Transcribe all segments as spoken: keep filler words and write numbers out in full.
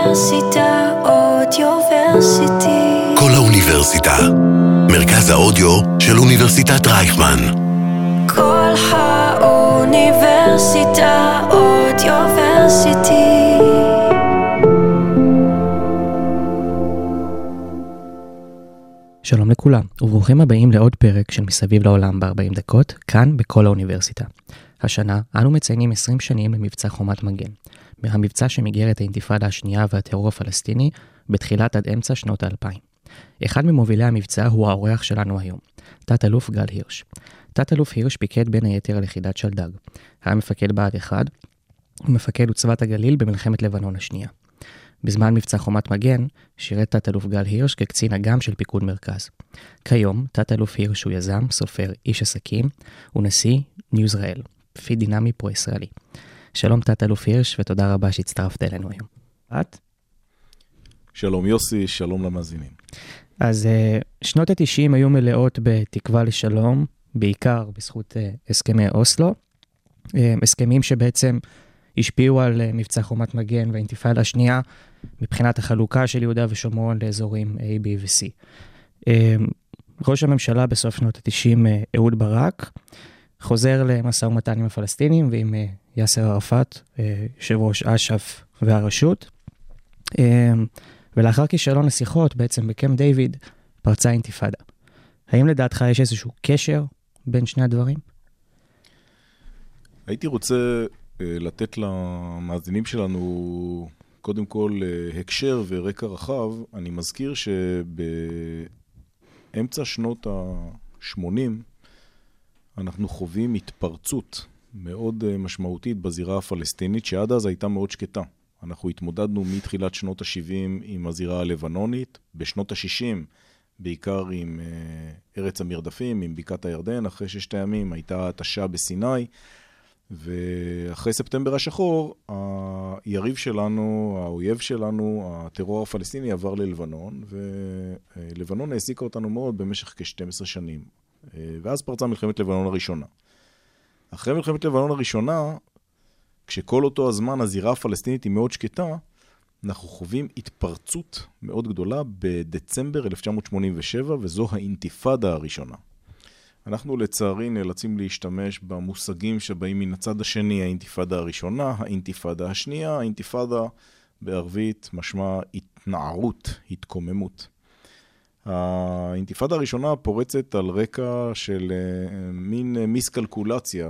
האוניברסיטה אודיוורסיטי. כל האוניברסיטה, מרכז האודיו של אוניברסיטת רייכמן. כל האוניברסיטה אודיוורסיטי. שלום לכולם, וברוכים הבאים לעוד פרק של מסביב לעולם ב-ארבעים דקות, כאן בכל האוניברסיטה. השנה אנו מציינים עשרים שנים למבצע חומת מגן, מהמבצע שמיגר את האינתיפאדה השנייה והטרור הפלסטיני בתחילת עד אמצע שנות האלפיים. אחד ממובילי המבצע הוא האורח שלנו היום, תת אלוף גל הירש. תת אלוף הירש פיקד בין היתר על יחידת שלדג. היה מפקד בה"ד אחד ומפקד עוצבת הגליל במלחמת לבנון השנייה. בזמן מבצע חומת מגן, שירת תת אלוף גל הירש כקצין אג"ם של פיקוד מרכז. כיום, תת אלוף הירש הוא יזם, סופר, איש עסקים, ונשיא ניוזראל, פיד דינמי פרו-ישראלי. שלום תת אלוף הירש, ותודה רבה שהצטרפת אלינו היום. את? שלום יוסי, שלום למאזינים. אז שנות ה-תשעים היו מלאות בתקווה לשלום, בעיקר בזכות הסכמי אוסלו, הסכמים שבעצם השפיעו על מבצע חומת מגן והאינתיפאדה השנייה, מבחינת החלוקה של יהודה ושומרון לאזורים A, B ו-C. ראש הממשלה בסוף שנות ה-תשעים, אהוד ברק, חוזר למשא ומתן עם הפלסטינים ועם יאסר ערפאת, יושב ראש אש"ף והרשות. ולאחר כישלון השיחות, בעצם בקמפ דיוויד, פרצה אינתיפאדה. האם לדעתך יש איזשהו קשר בין שני הדברים? הייתי רוצה לתת למאזינים שלנו קודם כל הקשר ורקע רחב. אני מזכיר שבאמצע שנות ה-שמונים אנחנו חווים התפרצות מאוד משמעותית בזירה הפלסטינית, שעד אז הייתה מאוד שקטה. אנחנו התמודדנו מתחילת שנות ה-שבעים עם הזירה הלבנונית, בשנות ה-שישים בעיקר עם ארץ המרדפים, עם בקעת הירדן. אחרי ששת הימים הייתה התשה בסיני, ואחרי ספטמבר השחור, היריב שלנו, האויב שלנו, הטרור הפלסטיני עבר ללבנון, ולבנון העסיקה אותנו מאוד במשך כ-שתים עשרה שנים. ואז פרצה מלחמת לבנון הראשונה. אחרי מלחמת לבנון הראשונה, כשכל אותו הזמן הזירה הפלסטינית היא מאוד שקטה, אנחנו חווים התפרצות מאוד גדולה בדצמבר אלף תשע מאות שמונים ושבע, וזו האינתיפאדה הראשונה. אנחנו לצערי נאלצים להשתמש במושגים שבאים מן הצד השני, האינתיפאדה הראשונה, האינתיפאדה השנייה. האינתיפאדה בערבית משמע התנערות, התקוממות. האינתיפאדה הראשונה פורצת על רקע של מין מיסקלקולציה,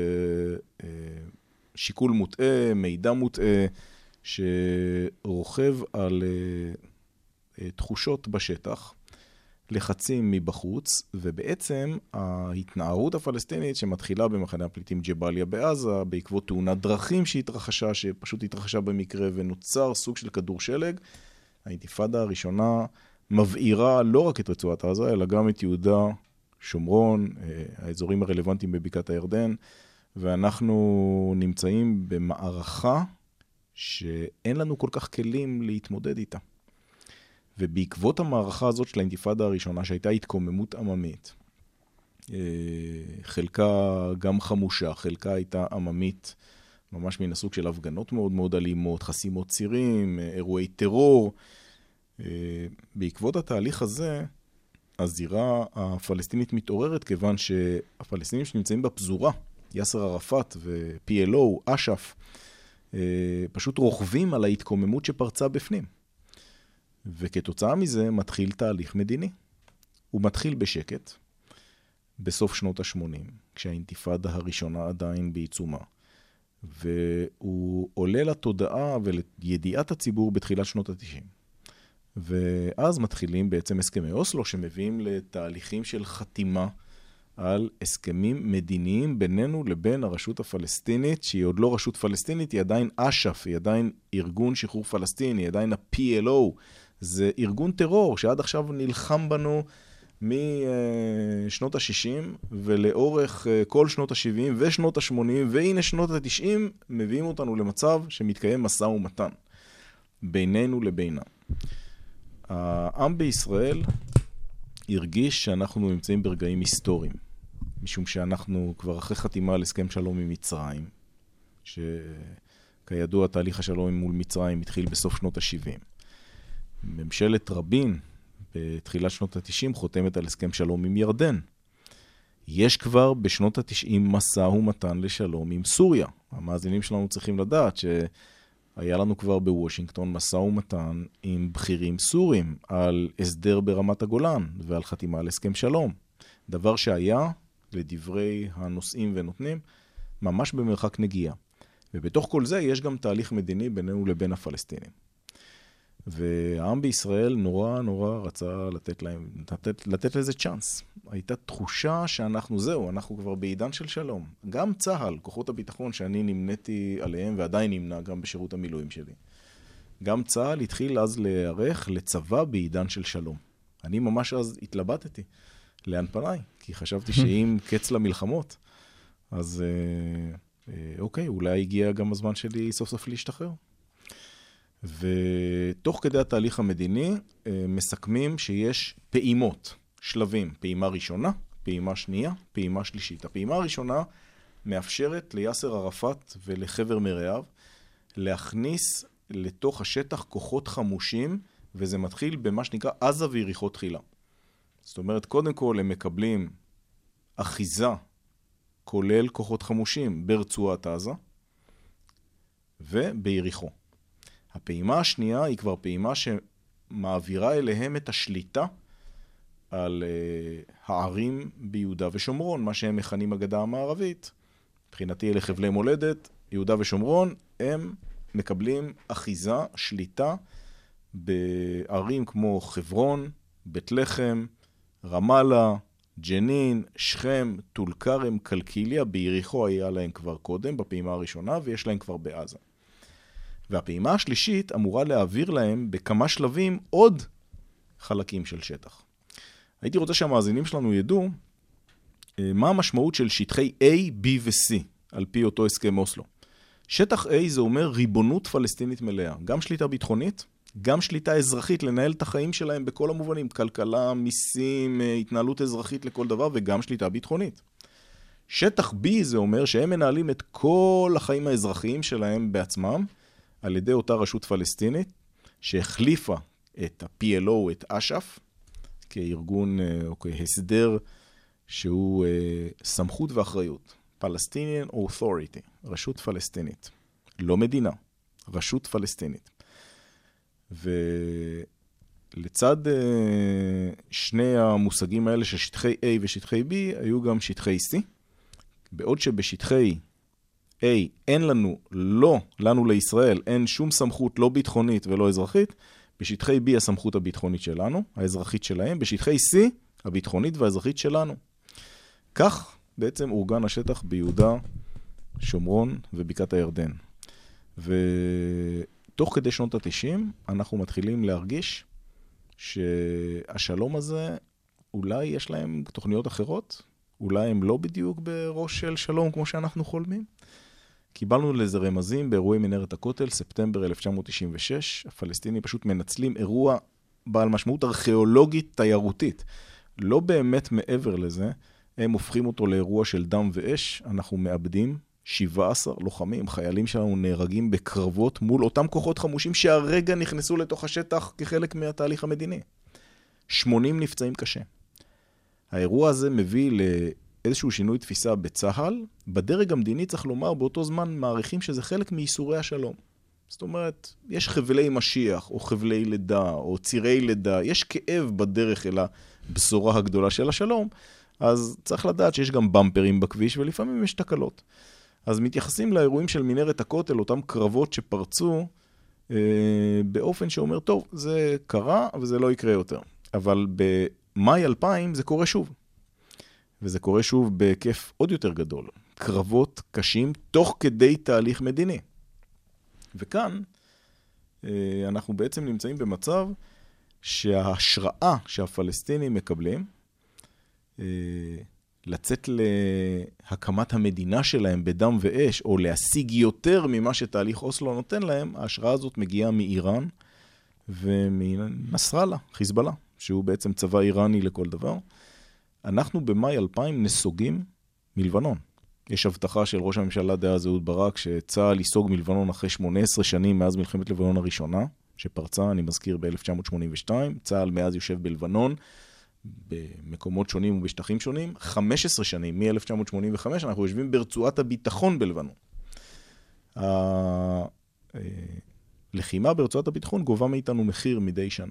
ששיקול מוטעה, מידע מוטעה, שרוכב על תחושות בשטח, לחצים מבחוץ, ובעצם ההתנערות הפלסטינית שמתחילה במחנה הפליטים ג'באליה בעזה, בעקבות תאונת דרכים שהתרחשה, שפשוט התרחשה במקרה ונוצר סוג של כדור שלג. האינתיפאדה הראשונה מבעירה לא רק את רצועת עזה, אלא גם את יהודה, שומרון, האזורים הרלוונטיים בבקעת הירדן, ואנחנו נמצאים במערכה שאין לנו כל כך כלים להתמודד איתה. ובעקבות המערכה הזאת של האינתיפאדה הראשונה, שהייתה התקוממות עממית, חלקה גם חמושה, חלקה הייתה עממית, ממש מן הסוג של הפגנות מאוד מאוד אלימות, חסימות צירים, אירועי טרור. בעקבות התהליך הזה, הזירה הפלסטינית מתעוררת, כיוון שהפלסטינים שנמצאים בפזורה, יאסר ערפאת ו-פי אל או, אש"ף, פשוט רוכבים על ההתקוממות שפרצה בפנים. וכתוצאה מזה מתחיל תהליך מדיני. הוא מתחיל בשקט, בסוף שנות ה-שמונים, כשהאינתיפאדה הראשונה עדיין בעיצומה. והוא עולה לתודעה ולידיעת הציבור בתחילת שנות ה-תשעים. ואז מתחילים בעצם הסכמי אוסלו, שמביאים לתהליכים של חתימה על הסכמים מדיניים בינינו לבין הרשות הפלסטינית, שהיא עוד לא רשות פלסטינית, היא עדיין אש"ף, היא עדיין ארגון שחרור פלסטיני, היא עדיין ה-פי אל או, זה ארגון טרור שעד עכשיו נלחם בנו משנות ה-שישים ולאורך כל שנות ה-שבעים ושנות ה-שמונים, והנה שנות ה-תשעים מביאים אותנו למצב שמתקיים משא ומתן בינינו לבינם. העם בישראל הרגיש שאנחנו נמצאים ברגעים היסטוריים, משום שאנחנו כבר אחרי חתימה על הסכם שלום עם מצרים, ש... כידוע, תהליך השלום מול מצרים התחיל בסוף שנות ה-שבעים. ממשלת רבין, בתחילת שנות ה-תשעים, חותמת על הסכם שלום עם ירדן. יש כבר בשנות ה-תשעים מסע ומתן לשלום עם סוריה. המאזינים שלנו צריכים לדעת שהיה לנו כבר בוושינגטון מסע ומתן עם בכירים סורים על הסדר ברמת הגולן ועל חתימה על הסכם שלום. דבר שהיה, לדברי הנושאים ונותנים, ממש במרחק נגיעה. ובתוך כל זה יש גם תהליך מדיני בינינו לבין הפלסטינים. והעם בישראל נורא נורא רצה לתת להם, לתת, לתת לזה צ'אנס. הייתה תחושה שאנחנו זהו, אנחנו כבר בעידן של שלום. גם צה"ל, כוחות הביטחון שאני נמניתי עליהם ועדיין נמנה גם בשירות המילואים שלי. גם צה"ל התחיל אז להיערך לצבא בעידן של שלום. אני ממש אז התלבטתי לאן פניי, כי חשבתי שאם קץ למלחמות, אז אה, אה, אוקיי, אולי הגיע גם הזמן שלי סוף סוף להשתחרר. ותוך כדי התהליך המדיני מסכמים שיש פעימות, שלבים, פעימה ראשונה, פעימה שנייה, פעימה שלישית. הפעימה הראשונה מאפשרת ליאסר ערפאת ולחבר מרעיו להכניס לתוך השטח כוחות חמושים, וזה מתחיל במה שנקרא עזה ויריחו תחילה. זאת אומרת, קודם כל הם מקבלים אחיזה, כולל כוחות חמושים ברצועת עזה וביריחו. הפעימה השנייה היא כבר פעימה שמעבירה אליהם את השליטה על uh, הערים ביהודה ושומרון, מה שהם מכנים הגדה המערבית. מבחינתי אלה חבלי מולדת, יהודה ושומרון, הם מקבלים אחיזה, שליטה בערים כמו חברון, בית לחם, רמאללה, ג'נין, שכם, טול כרם, קלקיליה, ביריחו היה להם כבר קודם, בפעימה הראשונה, ויש להם כבר בעזה. והפעימה השלישית אמורה להעביר להם בכמה שלבים עוד חלקים של שטח. הייתי רוצה שהמאזינים שלנו ידעו מה המשמעות של שטחי A, B ו-C על פי אותו הסכם אוסלו. שטח A זה אומר ריבונות פלסטינית מלאה, גם שליטה ביטחונית, גם שליטה אזרחית לנהל את החיים שלהם בכל המובנים, כלכלה, מיסים, התנהלות אזרחית לכל דבר וגם שליטה ביטחונית. שטח B זה אומר שהם מנהלים את כל החיים האזרחיים שלהם בעצמם, על ידי אותה רשות פלסטינית, שהחליפה את ה-פי אל או, את אש"ף, כארגון או כהסדר שהוא סמכות ואחריות. Palestinian Authority, רשות פלסטינית. לא מדינה, רשות פלסטינית. ולצד שני המושגים האלה של שטחי A ושטחי B, היו גם שטחי C, בעוד שבשטחי A, אין לנו, לא, לנו לישראל, אין שום סמכות לא ביטחונית ולא אזרחית. בשטחי B הסמכות הביטחונית שלנו, האזרחית שלהם. בשטחי C, הביטחונית והאזרחית שלנו. כך בעצם אורגן השטח ביהודה, שומרון ובקעת הירדן. ותוך כדי שנות ה-תשעים, אנחנו מתחילים להרגיש שהשלום הזה, אולי יש להם תוכניות אחרות, אולי הם לא בדיוק בראש של שלום כמו שאנחנו חולמים. קיבלנו לזה רמזים באירועי מנהרת הכותל, ספטמבר אלף תשע מאות תשעים ושש. הפלסטינים פשוט מנצלים אירוע בעל משמעות ארכיאולוגית תיירותית. לא באמת מעבר לזה, הם הופכים אותו לאירוע של דם ואש. אנחנו מאבדים שבעה עשר לוחמים, חיילים שלנו נהרגים בקרבות מול אותם כוחות חמושים שהרגע נכנסו לתוך השטח כחלק מהתהליך המדיני. שמונים נפצעים קשה. האירוע הזה מביא לאיזשהו שינוי תפיסה בצה"ל. בדרג המדיני צריך לומר באותו זמן מעריכים שזה חלק מייסורי השלום. זאת אומרת, יש חבלי משיח או חבלי לידה או צירי לידה, יש כאב בדרך אל הבשורה הגדולה של השלום, אז צריך לדעת שיש גם במפרים בכביש ולפעמים יש תקלות. אז מתייחסים לאירועים של מנהרת הכותל, אותם קרבות שפרצו אה, באופן שאומר, טוב, זה קרה וזה לא יקרה יותר. אבל במאי אלפיים זה קורה שוב. וזה קורה שוב בהיקף עוד יותר גדול. קרבות קשים תוך כדי תהליך מדיני. וכאן אה, אנחנו בעצם נמצאים במצב שההשראה שהפלסטינים מקבלים, אה, לצאת להקמת המדינה שלהם בדם ואש, או להשיג יותר ממה שתהליך אוסלו נותן להם, ההשראה הזאת מגיעה מאיראן ומנסראללה, חיזבאללה, שהוא בעצם צבא איראני לכל דבר. אנחנו במאי אלפיים נסוגים מלבנון. יש הבטחה של ראש הממשלה דאז אהוד ברק, שצה"ל ייסוג מלבנון אחרי שמונה עשרה שנים מאז מלחמת לבנון הראשונה, שפרצה, אני מזכיר, ב-אלף תשע מאות שמונים ושתיים. צה"ל מאז יושב בלבנון, במקומות שונים ובשטחים שונים. חמש עשרה שנים, מ-אלף תשע מאות שמונים וחמש, אנחנו יושבים ברצועת הביטחון בלבנון. הלחימה ברצועת הביטחון גובה מאיתנו מחיר מדי שנה.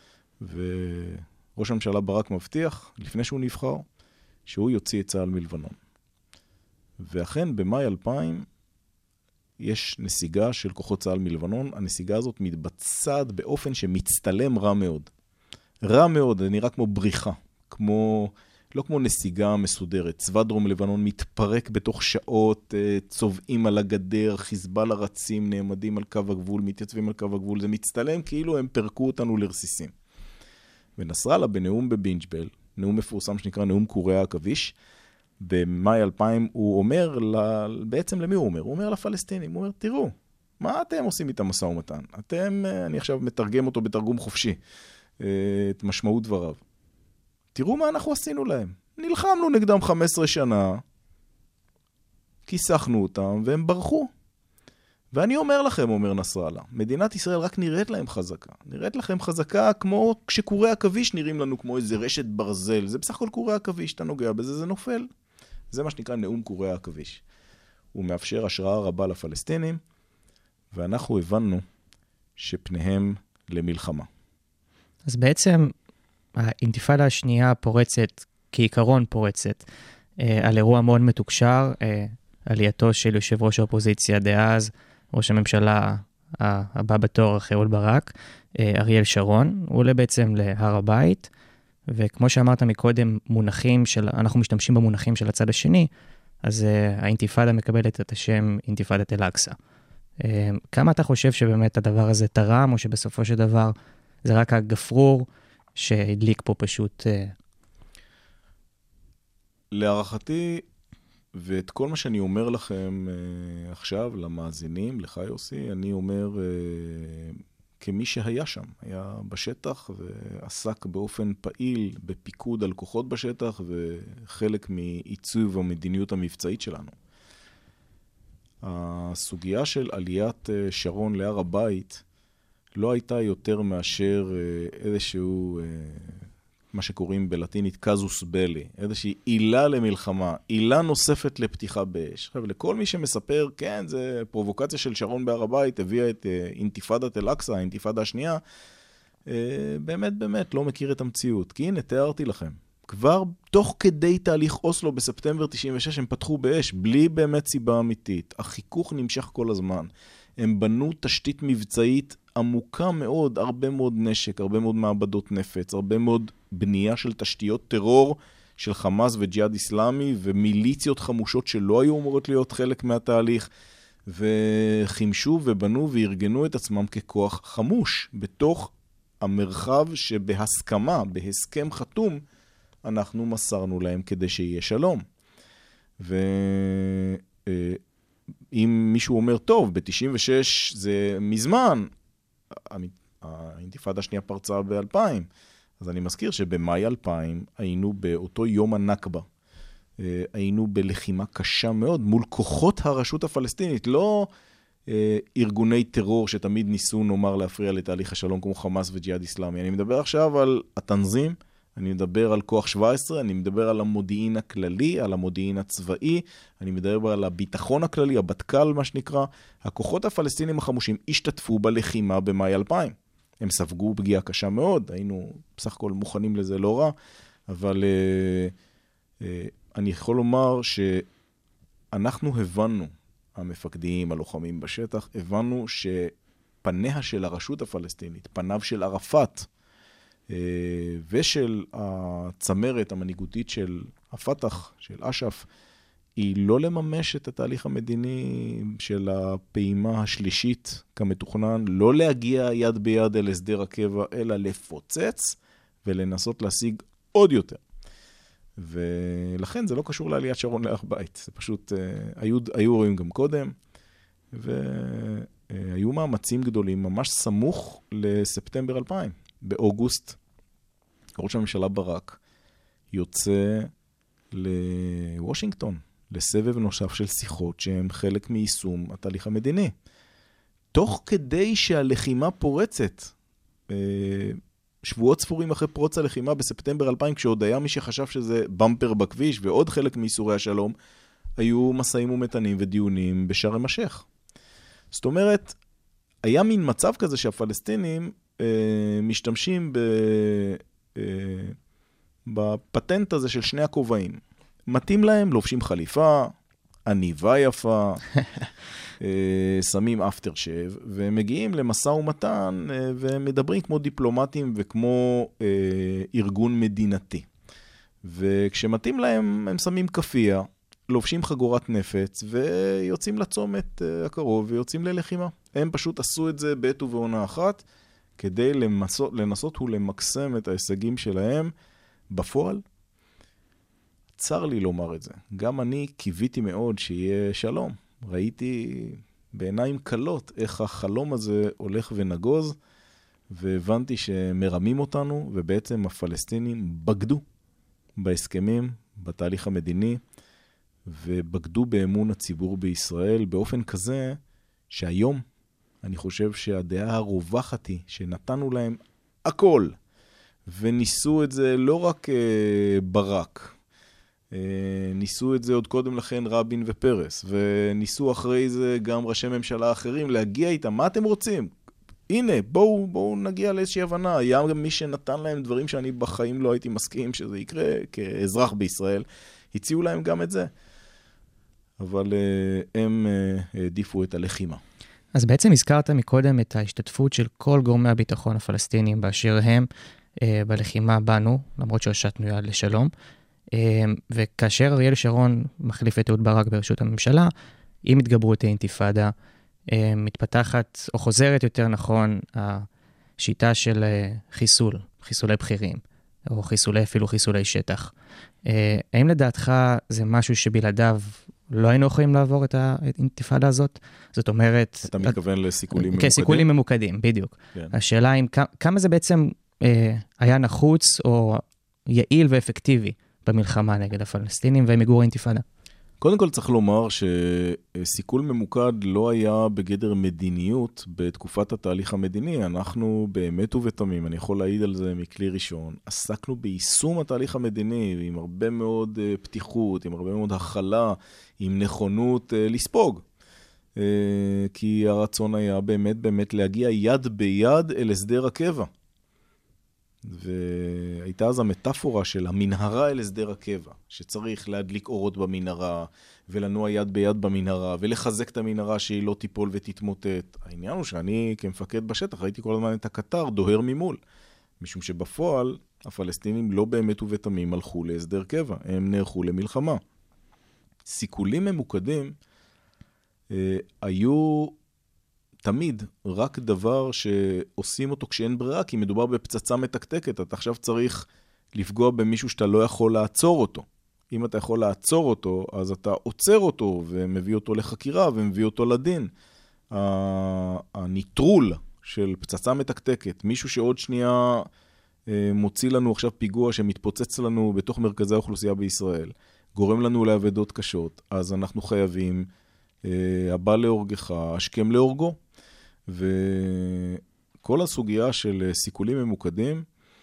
וראש הממשלה ברק מבטיח, לפני שהוא נבחר, שהוא יוציא את צה"ל מלבנון. ואכן, במאי אלפיים, יש נסיגה של כוחות צה"ל מלבנון. הנסיגה הזאת מתבצעת באופן שמצטלם רע מאוד. רע מאוד, זה נראה כמו בריחה, כמו, לא כמו נסיגה מסודרת. צבא דרום לבנון מתפרק בתוך שעות, צובעים על הגדר, חיזבאללה רצים, נעמדים על קו הגבול, מתייצבים על קו הגבול. זה מצטלם כאילו הם פרקו אותנו לרסיסים. ונסראללה בנאום בבינג'בל, נאום מפורסם שנקרא נאום קורי העכביש, במאי אלפיים הוא אומר, בעצם למי הוא אומר? הוא אומר לפלסטינים, הוא אומר, תראו, מה אתם עושים איתם משא ומתן? אתם, אני עכשיו מתרגם אותו בתרגום חופשי, את משמעות דבריו. תראו מה אנחנו עשינו להם. נלחמנו נגדם חמש עשרה שנה, כיסחנו אותם, והם ברחו. ואני אומר לכם, אומר נסראללה, מדינת ישראל רק נראית להם חזקה. נראית לכם חזקה כמו כשקורי עכביש נראים לנו כמו איזה רשת ברזל. זה בסך הכל קורי עכביש, אתה נוגע בזה, זה נופל. זה מה שנקרא נאום קורי העכביש. הוא מאפשר השראה רבה לפלסטינים, ואנחנו הבנו שפניהם למלחמה. אז בעצם האינתיפאדה השנייה פורצת, כעיקרון פורצת, אה, על אירוע מאוד מתוקשר, אה, עלייתו של יושב ראש האופוזיציה דאז, ראש הממשלה הבא בתור אחרי אהוד ברק, אריאל שרון. הוא עולה בעצם להר הבית, וכמו שאמרת מקודם, מונחים של, אנחנו משתמשים במונחים של הצד השני, אז uh, האינתיפאדה מקבלת את השם אינתיפאדת אל-אקצא. Uh, כמה אתה חושב שבאמת הדבר הזה תרם, או שבסופו של דבר זה רק הגפרור שהדליק פה פשוט? Uh... להערכתי, ואת כל מה שאני אומר לכם uh, עכשיו, למאזינים, לך יוסי, אני אומר uh, כמי שהיה שם, היה בשטח ועסק באופן פעיל בפיקוד על כוחות בשטח וחלק מעיצוב המדיניות המבצעית שלנו. הסוגיה של עליית uh, שרון להר הבית לא הייתה יותר מאשר uh, איזשהו... Uh, מה שקוראים בלטינית קזוס בלי, איזושהי עילה למלחמה, עילה נוספת לפתיחה באש. עכשיו, לכל מי שמספר, כן, זה פרובוקציה של שרון בהר הבית, הביאה את אינתיפאדת אל-אקצא, האינתיפאדה השנייה, באמת באמת לא מכיר את המציאות. כי הנה, תיארתי לכם. כבר תוך כדי תהליך אוסלו בספטמבר תשעים ושש, הם פתחו באש, בלי באמת סיבה אמיתית. החיכוך נמשך כל הזמן. הם בנו תשתית מבצעית עמוקה מאוד, הרבה מאוד נשק, הרבה מאוד מעבדות נפץ, הרבה מאוד בנייה של תשתיות טרור של חמאס וג'יהאד איסלאמי, ומיליציות חמושות שלא היו אמורות להיות חלק מהתהליך, וחימשו ובנו וארגנו את עצמם ככוח חמוש, בתוך המרחב שבהסכמה, בהסכם חתום, אנחנו מסרנו להם כדי שיהיה שלום. ואם מישהו אומר, טוב, ב-תשעים ושש זה מזמן, האינתיפאדה השנייה פרצה ב-אלפיים, אז אני מזכיר שבמאי אלפיים היינו באותו יום הנכבה. היינו בלחימה קשה מאוד מול כוחות הרשות הפלסטינית, לא ארגוני טרור שתמיד ניסו נאמר להפריע לתהליך השלום כמו חמאס וג'יהאד איסלאמי. אני מדבר עכשיו על התנזים, אני מדבר על כוח שבע עשרה, אני מדבר על המודיעין הכללי, על המודיעין הצבאי, אני מדבר על הביטחון הכללי, הבטקל מה שנקרא. הכוחות הפלסטינים החמושים השתתפו בלחימה במאי אלפיים. הם ספגו פגיעה קשה מאוד, היינו בסך הכל מוכנים לזה לא רע, אבל uh, uh, אני יכול לומר שאנחנו הבנו, המפקדים, הלוחמים בשטח, הבנו שפניה של הרשות הפלסטינית, פניו של ערפאת, uh, ושל הצמרת המנהיגותית של הפתח, של אש"ף, היא לא לממש את התהליך המדיני של הפעימה השלישית כמתוכנן, לא להגיע יד ביד אל הסדר הקבע, אלא לפוצץ ולנסות להשיג עוד יותר. ולכן זה לא קשור לעליית שרון להר בית, זה פשוט, היו, היו רואים גם קודם, והיו מאמצים גדולים, ממש סמוך לספטמבר אלפיים. באוגוסט, ראש הממשלה ברק יוצא לוושינגטון, לסבב נוסף של שיחות שהן חלק מיישום התהליך המדיני. תוך כדי שהלחימה פורצת, שבועות ספורים אחרי פרוץ הלחימה בספטמבר אלפיים, כשעוד היה מי שחשב שזה במפר בכביש ועוד חלק מייסורי השלום, היו מסעים ומתנים ודיונים בשארם א-שייח. זאת אומרת, היה מין מצב כזה שהפלסטינים אה, משתמשים ב, אה, בפטנט הזה של שני הכובעים. מתאים להם, לובשים חליפה, עניבה יפה, אה, שמים אפטר שב, ומגיעים למסע ומתן, אה, ומדברים כמו דיפלומטים וכמו אה, ארגון מדינתי. וכשמתאים להם, הם שמים כפייה, לובשים חגורת נפץ, ויוצאים לצומת uh, הקרוב, ויוצאים ללחימה. הם פשוט עשו את זה בעת ובעונה אחת, כדי למסות, לנסות ולמקסם את ההישגים שלהם בפועל. צר לי לומר את זה. גם אני קיוויתי מאוד שיהיה שלום. ראיתי בעיניים קלות איך החלום הזה הולך ונגוז, והבנתי שמרמים אותנו, ובעצם הפלסטינים בגדו בהסכמים, בתהליך המדיני, ובגדו באמון הציבור בישראל באופן כזה שהיום אני חושב שהדעה הרווחת היא שנתנו להם הכל, וניסו את זה לא רק אה, ברק, אה, ניסו את זה עוד קודם לכן רבין ופרס, וניסו אחרי זה גם ראשי ממשלה אחרים להגיע איתם, מה אתם רוצים? הנה, בואו, בואו נגיע לאיזושהי הבנה. היה גם מי שנתן להם דברים שאני בחיים לא הייתי מסכים שזה יקרה כאזרח בישראל, הציעו להם גם את זה. אבל uh, הם uh, העדיפו את הלחימה. אז בעצם הזכרת מקודם את ההשתתפות של כל גורמי הביטחון הפלסטינים באשר הם uh, בלחימה בנו, למרות שהושטנו יד לשלום. Uh, וכאשר אריאל שרון מחליף את אהוד ברק ברשות הממשלה, עם התגברות האינתיפאדה, uh, מתפתחת או חוזרת יותר נכון השיטה של uh, חיסול, חיסולי בכירים, או חיסולי, אפילו חיסולי שטח. Uh, האם לדעתך זה משהו שבלעדיו לא היינו יכולים לעבור את האינתיפאדה הזאת? זאת אומרת... אתה מתכוון לסיכולים ממוקדים? כן, סיכולים ממוקדים, בדיוק. כן. השאלה היא, כמה זה בעצם אה, היה נחוץ או יעיל ואפקטיבי במלחמה נגד הפלסטינים ומיגור האינתיפאדה? קודם כל צריך לומר שסיכול ממוקד לא היה בגדר מדיניות בתקופת התהליך המדיני. אנחנו באמת ובתמים, אני יכול להעיד על זה מכלי ראשון, עסקנו ביישום התהליך המדיני עם הרבה מאוד פתיחות, עם הרבה מאוד הכלה, עם נכונות לספוג. כי הרצון היה באמת באמת להגיע יד ביד אל הסדר הקבע. והייתה אז המטאפורה של המנהרה אל הסדר הקבע, שצריך להדליק אורות במנהרה, ולנוע יד ביד במנהרה, ולחזק את המנהרה שהיא לא תיפול ותתמוטט. העניין הוא שאני כמפקד בשטח ראיתי כל הזמן את הקטר דוהר ממול, משום שבפועל הפלסטינים לא באמת ובתמים הלכו להסדר קבע, הם נערכו למלחמה. סיכולים ממוקדים אה, היו... תמיד רק דבר שעושים אותו כשאין ברירה, כי מדובר בפצצה מתקתקת, אתה עכשיו צריך לפגוע במישהו שאתה לא יכול לעצור אותו. אם אתה יכול לעצור אותו, אז אתה עוצר אותו ומביא אותו לחקירה ומביא אותו לדין. הניטרול של פצצה מתקתקת, מישהו שעוד שנייה מוציא לנו עכשיו פיגוע שמתפוצץ לנו בתוך מרכזי האוכלוסייה בישראל, גורם לנו לעבדות קשות, אז אנחנו חייבים הבא להורגך, השכם להורגו. וכל הסוגיה של סיכולים ממוקדים,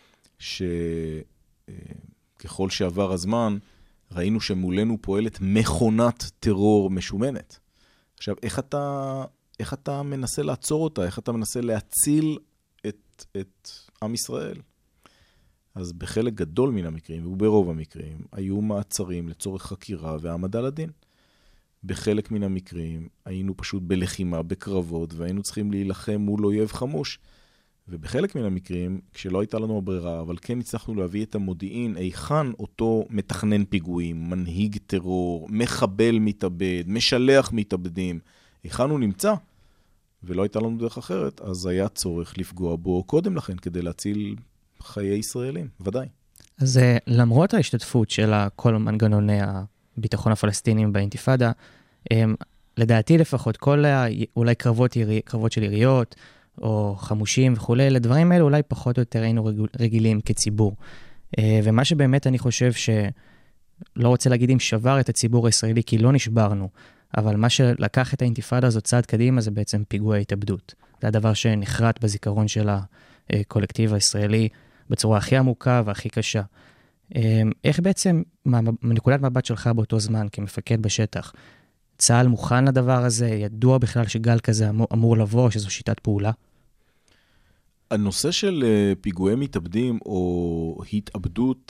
שככל שעבר הזמן, ראינו שמולנו פועלת מכונת טרור משומנת. עכשיו, איך אתה, איך אתה מנסה לעצור אותה? איך אתה מנסה להציל את, את עם ישראל? אז בחלק גדול מן המקרים, וברוב המקרים, היו מעצרים לצורך חקירה והעמדה לדין. בחלק מן המקרים היינו פשוט בלחימה, בקרבות, והיינו צריכים להילחם מול אויב חמוש. ובחלק מן המקרים, כשלא הייתה לנו הברירה, אבל כן הצלחנו להביא את המודיעין, היכן אותו מתכנן פיגועים, מנהיג טרור, מחבל מתאבד, משלח מתאבדים, היכן הוא נמצא, ולא הייתה לנו דרך אחרת, אז היה צורך לפגוע בו קודם לכן, כדי להציל חיי ישראלים, ודאי. אז למרות ההשתתפות של כל מנגנוני הביטחון הפלסטינים באינתיפאדה, לדעתי לפחות, כל אולי קרבות, קרבות של יריות, או חמושים וכו', לדברים האלה אולי פחות או יותר היינו רגילים כציבור. ומה שבאמת אני חושב לא רוצה להגיד אם שבר את הציבור הישראלי, כי לא נשברנו, אבל מה שלקח את האינתיפאדה הזאת צעד קדימה, זה בעצם פיגועי התאבדות. זה הדבר שנחרט בזיכרון של הקולקטיב הישראלי, בצורה הכי עמוקה והכי קשה. איך בעצם, מנקודת מבט שלך באותו זמן, כמפקד בשטח, צה"ל מוכן לדבר הזה? ידוע בכלל שגל כזה אמור, אמור לבוא, שזו שיטת פעולה? הנושא של פיגועי מתאבדים או התאבדות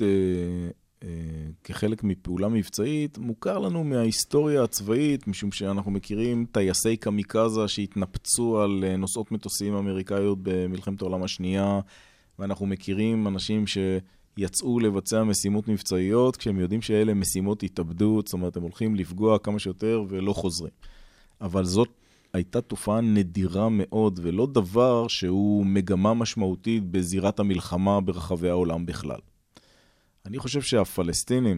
כחלק מפעולה מבצעית, מוכר לנו מההיסטוריה הצבאית, משום שאנחנו מכירים טייסי קמיקזה שהתנפצו על נוסעות מטוסים אמריקאיות במלחמת העולם השנייה, ואנחנו מכירים אנשים שיצאו לבצע משימות מבצעיות, כשהם יודעים שאלה משימות התאבדות, זאת אומרת, הם הולכים לפגוע כמה שיותר ולא חוזרים. אבל זאת הייתה תופעה נדירה מאוד, ולא דבר שהוא מגמה משמעותית בזירת המלחמה ברחבי העולם בכלל. אני חושב שהפלסטינים,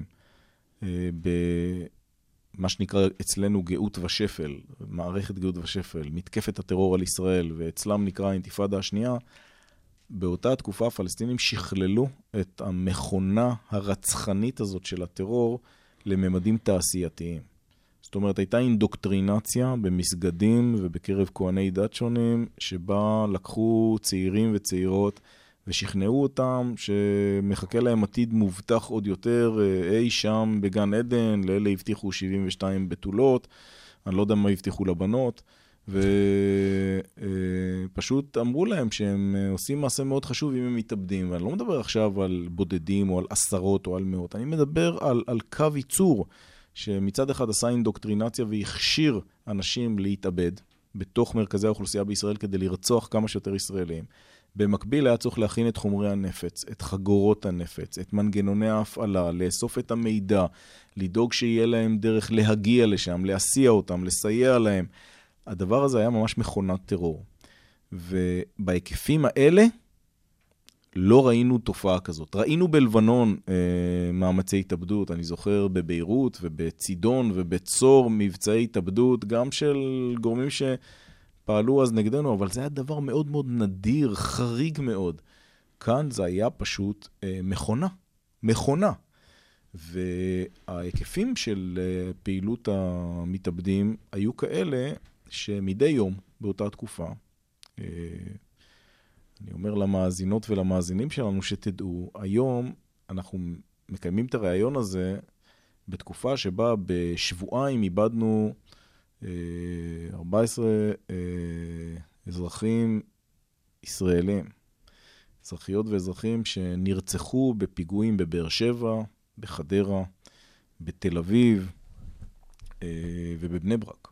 במה שנקרא אצלנו גאות ושפל, מערכת גאות ושפל, מתקפת הטרור על ישראל, ואצלם נקרא האינתיפאדה השנייה, באותה התקופה הפלסטינים שכללו את המכונה הרצחנית הזאת של הטרור לממדים תעשייתיים. זאת אומרת, הייתה אינדוקטרינציה במסגדים ובקרב כהני דת שונים, שבה לקחו צעירים וצעירות ושכנעו אותם שמחכה להם עתיד מובטח עוד יותר, אי שם בגן עדן, לאלה הבטיחו שבעים ושתיים בתולות, אני לא יודע מה הבטיחו לבנות, ופשוט אמרו להם שהם עושים מעשה מאוד חשוב אם הם מתאבדים, ואני לא מדבר עכשיו על בודדים או על עשרות או על מאות, אני מדבר על, על קו ייצור, שמצד אחד עשה אינדוקטרינציה והכשיר אנשים להתאבד בתוך מרכזי האוכלוסייה בישראל כדי לרצוח כמה שיותר ישראלים. במקביל היה צריך להכין את חומרי הנפץ, את חגורות הנפץ, את מנגנוני ההפעלה, לאסוף את המידע, לדאוג שיהיה להם דרך להגיע לשם, להסיע אותם, לסייע להם. הדבר הזה היה ממש מכונת טרור. ובהיקפים האלה לא ראינו תופעה כזאת. ראינו בלבנון אה, מאמצי התאבדות, אני זוכר בביירות ובצידון ובצור מבצעי התאבדות, גם של גורמים שפעלו אז נגדנו, אבל זה היה דבר מאוד מאוד נדיר, חריג מאוד. כאן זה היה פשוט אה, מכונה, מכונה. וההיקפים של אה, פעילות המתאבדים היו כאלה שמדי יום באותה תקופה, אה, אני אומר למאזינות ולמאזינים שלנו שתדעו, היום אנחנו מקיימים את הרעיון הזה בתקופה שבה בשבועיים איבדנו אה, ארבעה עשר אה, אזרחים ישראלים, אזרחיות ואזרחים שנרצחו בפיגועים בבאר שבע, בחדרה, בתל אביב אה, ובבני ברק.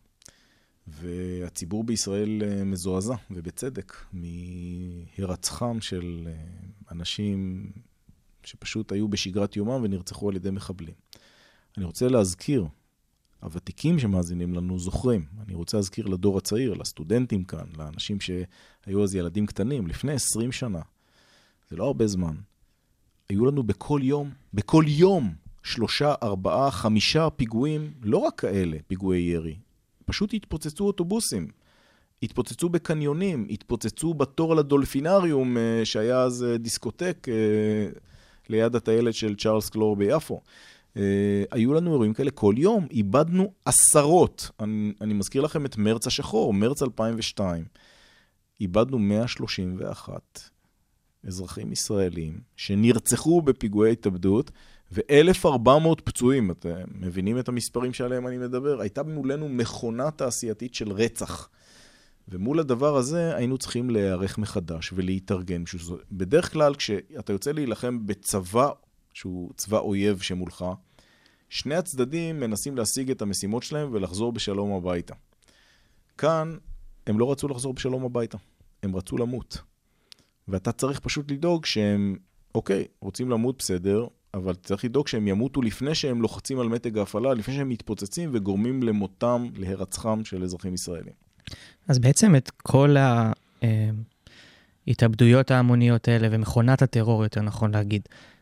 והציבור בישראל מזועזע, ובצדק, מהירצחם של אנשים שפשוט היו בשגרת יומם ונרצחו על ידי מחבלים. אני רוצה להזכיר, הוותיקים שמאזינים לנו זוכרים, אני רוצה להזכיר לדור הצעיר, לסטודנטים כאן, לאנשים שהיו אז ילדים קטנים, לפני עשרים שנה, זה לא הרבה זמן, היו לנו בכל יום, בכל יום, שלושה, ארבעה, חמישה פיגועים, לא רק כאלה, פיגועי ירי, פשוט התפוצצו אוטובוסים, התפוצצו בקניונים, התפוצצו בתור לדולפינריום, שהיה אז דיסקוטק ליד הטיילת של צ'ארלס קלור ביפו. היו לנו אירועים כאלה כל יום, איבדנו עשרות. אני, אני מזכיר לכם את מרץ השחור, מרץ אלפיים ושתיים. איבדנו מאה שלושים ואחת אזרחים ישראלים שנרצחו בפיגועי התאבדות, ו-אלף וארבע מאות פצועים, אתם מבינים את המספרים שעליהם אני מדבר? הייתה מולנו מכונה תעשייתית של רצח. ומול הדבר הזה היינו צריכים להיערך מחדש ולהתארגן. בדרך כלל כשאתה יוצא להילחם בצבא, שהוא צבא אויב שמולך, שני הצדדים מנסים להשיג את המשימות שלהם ולחזור בשלום הביתה. כאן הם לא רצו לחזור בשלום הביתה, הם רצו למות. ואתה צריך פשוט לדאוג שהם, אוקיי, רוצים למות בסדר, אבל צריך לדאוג שהם ימותו לפני שהם לוחצים על מתג ההפעלה, לפני שהם מתפוצצים וגורמים למותם, להירצחם של אזרחים ישראלים. אז בעצם את כל ההתאבדויות ההמוניות האלה ומכונת הטרור, יותר נכון להגיד,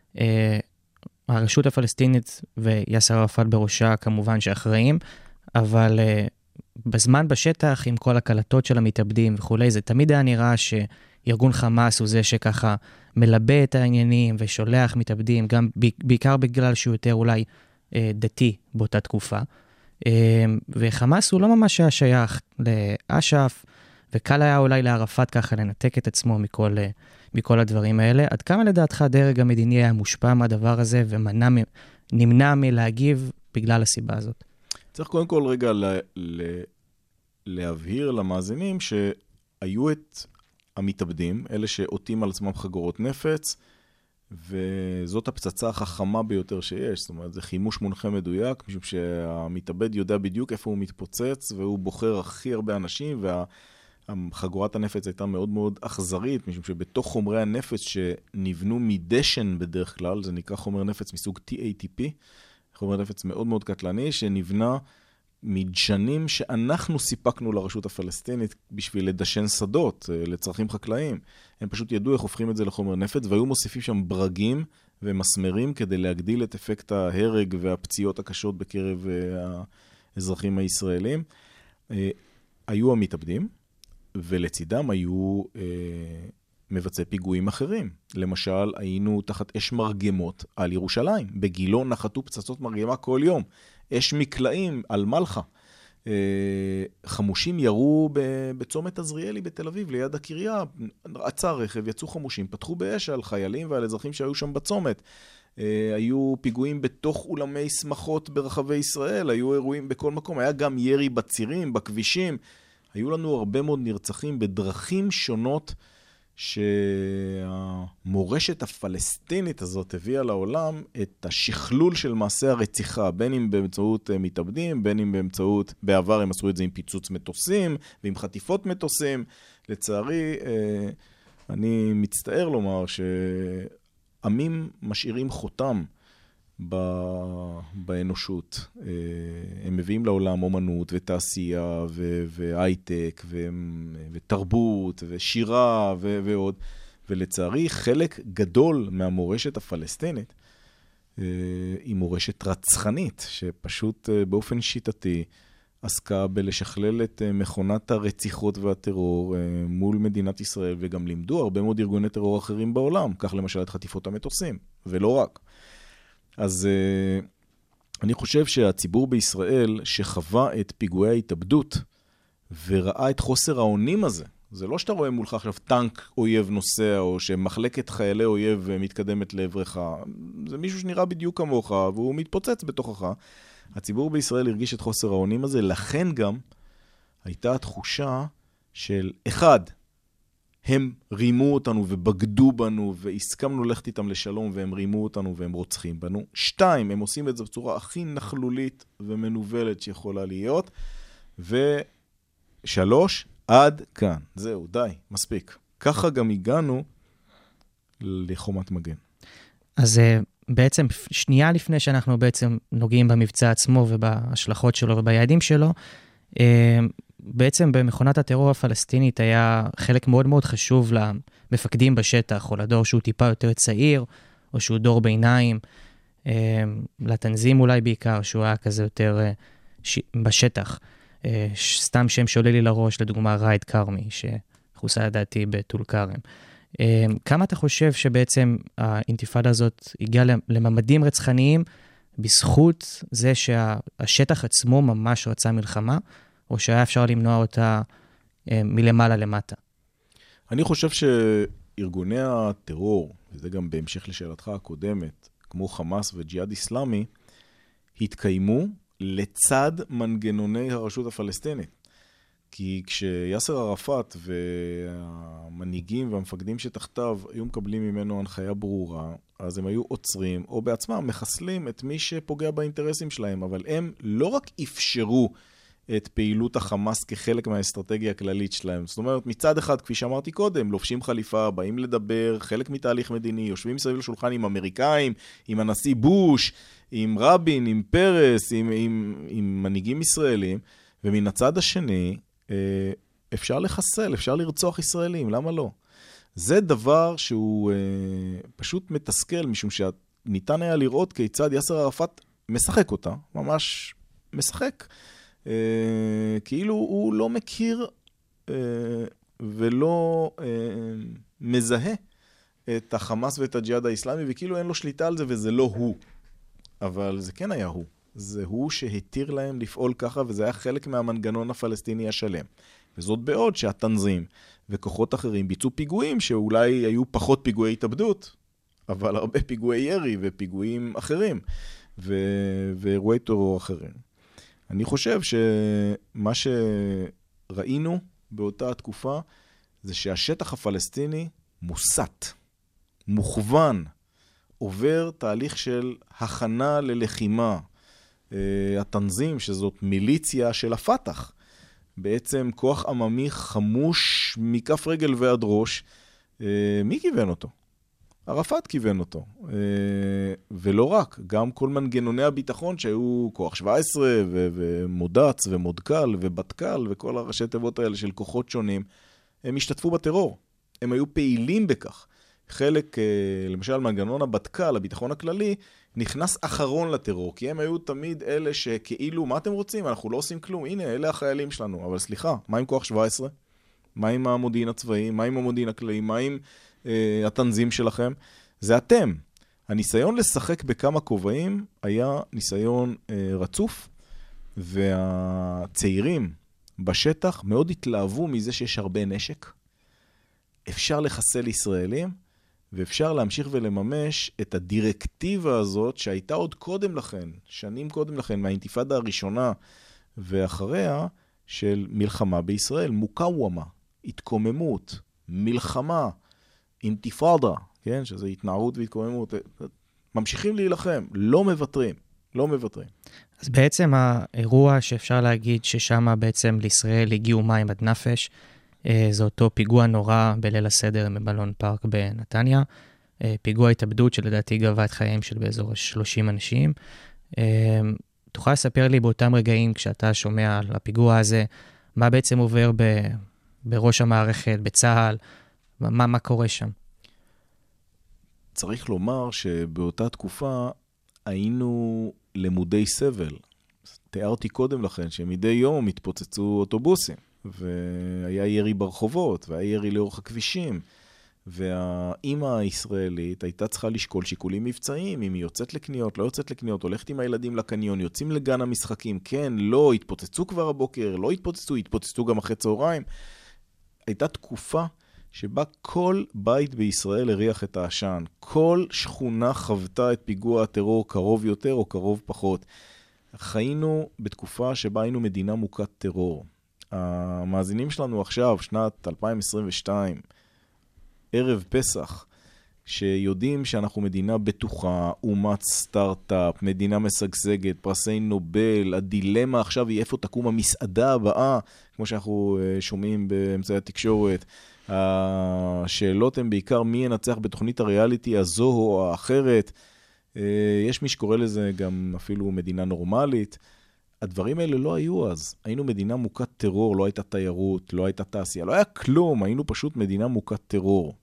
הרשות הפלסטינית ויאסר ערפאת בראשה כמובן שאחראים, אבל בזמן בשטח עם כל הקלטות של המתאבדים וכולי, זה תמיד היה נראה שארגון חמאס הוא זה שככה מלבה את העניינים ושולח מתאבדים, גם בעיקר בגלל שהוא יותר אולי דתי באותה תקופה. וחמאס הוא לא ממש היה שייך לאש"ף, וקל היה אולי לערפאת ככה לנתק את עצמו מכל, מכל הדברים האלה. עד כמה לדעתך הדרג המדיני היה מושפע מהדבר הזה, ונמנע מלהגיב בגלל הסיבה הזאת? צריך קודם כל רגע ל- ל- להבהיר למאזינים שהיו את המתאבדים, אלה שעוטים על עצמם חגורות נפץ, וזאת הפצצה החכמה ביותר שיש. זאת אומרת, זה חימוש מונחה מדויק, משום שהמתאבד יודע בדיוק איפה הוא מתפוצץ, והוא בוחר הכי הרבה אנשים, והחגורת הנפץ הייתה מאוד מאוד אכזרית, משום שבתוך חומרי הנפץ שנבנו מדשן בדרך כלל, זה נקרא חומר נפץ מסוג טי איי טי פי, חומר נפץ מאוד מאוד קטלני, שנבנה מדשנים שאנחנו סיפקנו לרשות הפלסטינית בשביל לדשן שדות לצרכים חקלאיים. הם פשוט ידעו איך הופכים את זה לחומר נפץ, והיו מוסיפים שם ברגים ומסמרים כדי להגדיל את אפקט ההרג והפציעות הקשות בקרב האזרחים הישראלים. היו המתאבדים, ולצידם היו מבצעי פיגועים אחרים. למשל, היינו תחת אש מרגמות על ירושלים. בגילו נחתו פצצות מרגמה כל יום. אש מקלעים על מלחה. חמושים ירו בצומת עזריאלי בתל אביב, ליד הקריה. עצר רכב, יצאו חמושים, פתחו באש על חיילים ועל אזרחים שהיו שם בצומת. היו פיגועים בתוך אולמי שמחות ברחבי ישראל, היו אירועים בכל מקום. היה גם ירי בצירים, בכבישים. היו לנו הרבה מאוד נרצחים בדרכים שונות, שהמורשת הפלסטינית הזאת הביאה לעולם את השכלול של מעשה הרציחה, בין אם באמצעות מתאבדים, בין אם באמצעות, בעבר הם עשו את זה עם פיצוץ מטוסים ועם חטיפות מטוסים. לצערי, אני מצטער לומר שעמים משאירים חותם באנושות. הם מביאים לעולם אומנות ותעשייה והייטק ותרבות ושירה ועוד. ולצערי חלק גדול מהמורשת הפלסטינית היא מורשת רצחנית, שפשוט באופן שיטתי עסקה בלשכלל את מכונת הרציחות והטרור מול מדינת ישראל, וגם לימדו הרבה מאוד ארגוני טרור אחרים בעולם, כך למשל את חטיפות המטוסים, ולא רק. אז uh, אני חושב שהציבור בישראל שחווה את פיגועי ההתאבדות וראה את חוסר האונים הזה, זה לא שאתה רואה מולך עכשיו טנק אויב נוסע או שמחלקת חיילי אויב מתקדמת לעברך, זה מישהו שנראה בדיוק כמוך והוא מתפוצץ בתוכך. הציבור בישראל הרגיש את חוסר האונים הזה, לכן גם הייתה התחושה של אחד, הם רימו אותנו ובגדו בנו והסכמנו ללכת איתם לשלום והם רימו אותנו והם רוצחים בנו. שתיים, הם עושים את זה בצורה הכי נכלולית ומנובלת שיכולה להיות. ושלוש, עד כאן. זהו, די, מספיק. ככה גם הגענו לחומת מגן. אז בעצם שנייה לפני שאנחנו בעצם נוגעים במבצע עצמו ובהשלכות שלו וביעדים שלו, בעצם במכונת הטרור הפלסטינית היה חלק מאוד מאוד חשוב למפקדים בשטח, או לדור שהוא טיפה יותר צעיר, או שהוא דור ביניים, לתנזים אולי בעיקר, שהוא היה כזה יותר בשטח. סתם שם שעולה לי לראש, לדוגמה ראיד קרמי, שחוסה לדעתי בטול כרם. כמה אתה חושב שבעצם האינתיפאדה הזאת הגיעה לממדים רצחניים, בזכות זה שהשטח עצמו ממש רצה מלחמה, או שהיה אפשר למנוע אותה מלמעלה למטה? אני חושב שארגוני הטרור, וזה גם בהמשך לשאלתך הקודמת, כמו חמאס וג'יהאד איסלאמי, התקיימו לצד מנגנוני הרשות הפלסטינית. כי כשיאסר ערפאת והמנהיגים והמפקדים שתחתיו היו מקבלים ממנו הנחיה ברורה, אז הם היו עוצרים או בעצמם מחסלים את מי שפוגע באינטרסים שלהם, אבל הם לא רק אפשרו את פעילות החמאס כחלק מהאסטרטגיה הכללית שלהם. זאת אומרת, מצד אחד, כפי שאמרתי קודם, לובשים חליפה, באים לדבר, חלק מתהליך מדיני, יושבים מסביב לשולחן עם אמריקאים, עם הנשיא בוש, עם רבין, עם פרס, עם, עם, עם מנהיגים ישראלים, ומן הצד השני, אפשר לחסל, אפשר לרצוח ישראלים, למה לא? זה דבר שהוא פשוט מתסכל, משום שניתן היה לראות כיצד יאסר ערפאת משחק אותה, ממש משחק. כאילו הוא לא מכיר ולא מזהה את החמאס ואת הג'יהאד האסלאמי, וכאילו אין לו שליטה על זה וזה לא הוא. אבל זה כן היה הוא. זה הוא שהתיר להם לפעול ככה, וזה היה חלק מהמנגנון הפלסטיני השלם. וזאת בעוד שהתנזים וכוחות אחרים ביצעו פיגועים שאולי היו פחות פיגועי התאבדות, אבל הרבה פיגועי ירי ופיגועים אחרים, ו- ואירועי טרור אחרים. אני חושב שמה שראינו באותה התקופה, זה שהשטח הפלסטיני מוסת, מוכוון, עובר תהליך של הכנה ללחימה. התנזים, שזאת מיליציה של הפתח, בעצם כוח עממי חמוש מכף רגל ועד ראש, מי כיוון אותו? ערפאת כיוון אותו. ולא רק, גם כל מנגנוני הביטחון שהיו כוח שבע עשרה ו- ומודץ ומודקל ובטקל וכל הראשי תיבות האלה של כוחות שונים, הם השתתפו בטרור. הם היו פעילים בכך. חלק, למשל מנגנון הבטקל, הביטחון הכללי, נכנס אחרון לטרור, כי הם היו תמיד אלה שכאילו, מה אתם רוצים? אנחנו לא עושים כלום. הנה, אלה החיילים שלנו. אבל סליחה, מה עם כוח שבע עשרה? מה עם המודיעין הצבאי? מה עם המודיעין הכללי? מה עם אה, התנזים שלכם? זה אתם. הניסיון לשחק בכמה כובעים היה ניסיון אה, רצוף, והצעירים בשטח מאוד התלהבו מזה שיש הרבה נשק. אפשר לחסל ישראלים, ואפשר להמשיך ולממש את הדירקטיבה הזאת שהייתה עוד קודם לכן, שנים קודם לכן, מהאינתיפאדה הראשונה ואחריה, של מלחמה בישראל, מוקאוומה, התקוממות, מלחמה, אינתיפאדה, כן? שזה התנערות והתקוממות. ממשיכים להילחם, לא מוותרים, לא מוותרים. אז בעצם האירוע שאפשר להגיד ששם בעצם לישראל הגיעו מים עד נפש, זה אותו פיגוע נורא בליל הסדר בבלון פארק בנתניה, פיגוע התאבדות שלדעתי גבה את חייהם של באזור שלושים אנשים. תוכל לספר לי באותם רגעים כשאתה שומע על הפיגוע הזה, מה בעצם עובר ב, בראש המערכת, בצהל, מה, מה קורה שם? צריך לומר שבאותה תקופה היינו למודי סבל. תיארתי קודם לכן שמדי יום התפוצצו אוטובוסים. והיה ירי ברחובות, והיה ירי לאורך הכבישים, והאימא הישראלית הייתה צריכה לשקול שיקולים מבצעיים, אם היא יוצאת לקניות, לא יוצאת לקניות, הולכת עם הילדים לקניון, יוצאים לגן המשחקים, כן, לא, התפוצצו כבר הבוקר, לא התפוצצו, התפוצצו גם אחרי צהריים. הייתה תקופה שבה כל בית בישראל הריח את העשן, כל שכונה חוותה את פיגוע הטרור קרוב יותר או קרוב פחות. חיינו בתקופה שבה היינו מדינה מוכת טרור. המאזינים שלנו עכשיו, שנת אלפיים עשרים ושתיים, ערב פסח, שיודעים שאנחנו מדינה בטוחה, אומת סטארט-אפ, מדינה משגשגת, פרסי נובל, הדילמה עכשיו היא איפה תקום המסעדה הבאה, כמו שאנחנו שומעים באמצעי התקשורת. השאלות הן בעיקר מי ינצח בתוכנית הריאליטי הזו או האחרת. יש מי שקורא לזה גם אפילו מדינה נורמלית. הדברים האלה לא היו אז. היינו מדינה מוכת טרור, לא הייתה תיירות, לא הייתה תעשייה, לא היה כלום, היינו פשוט מדינה מוכת טרור.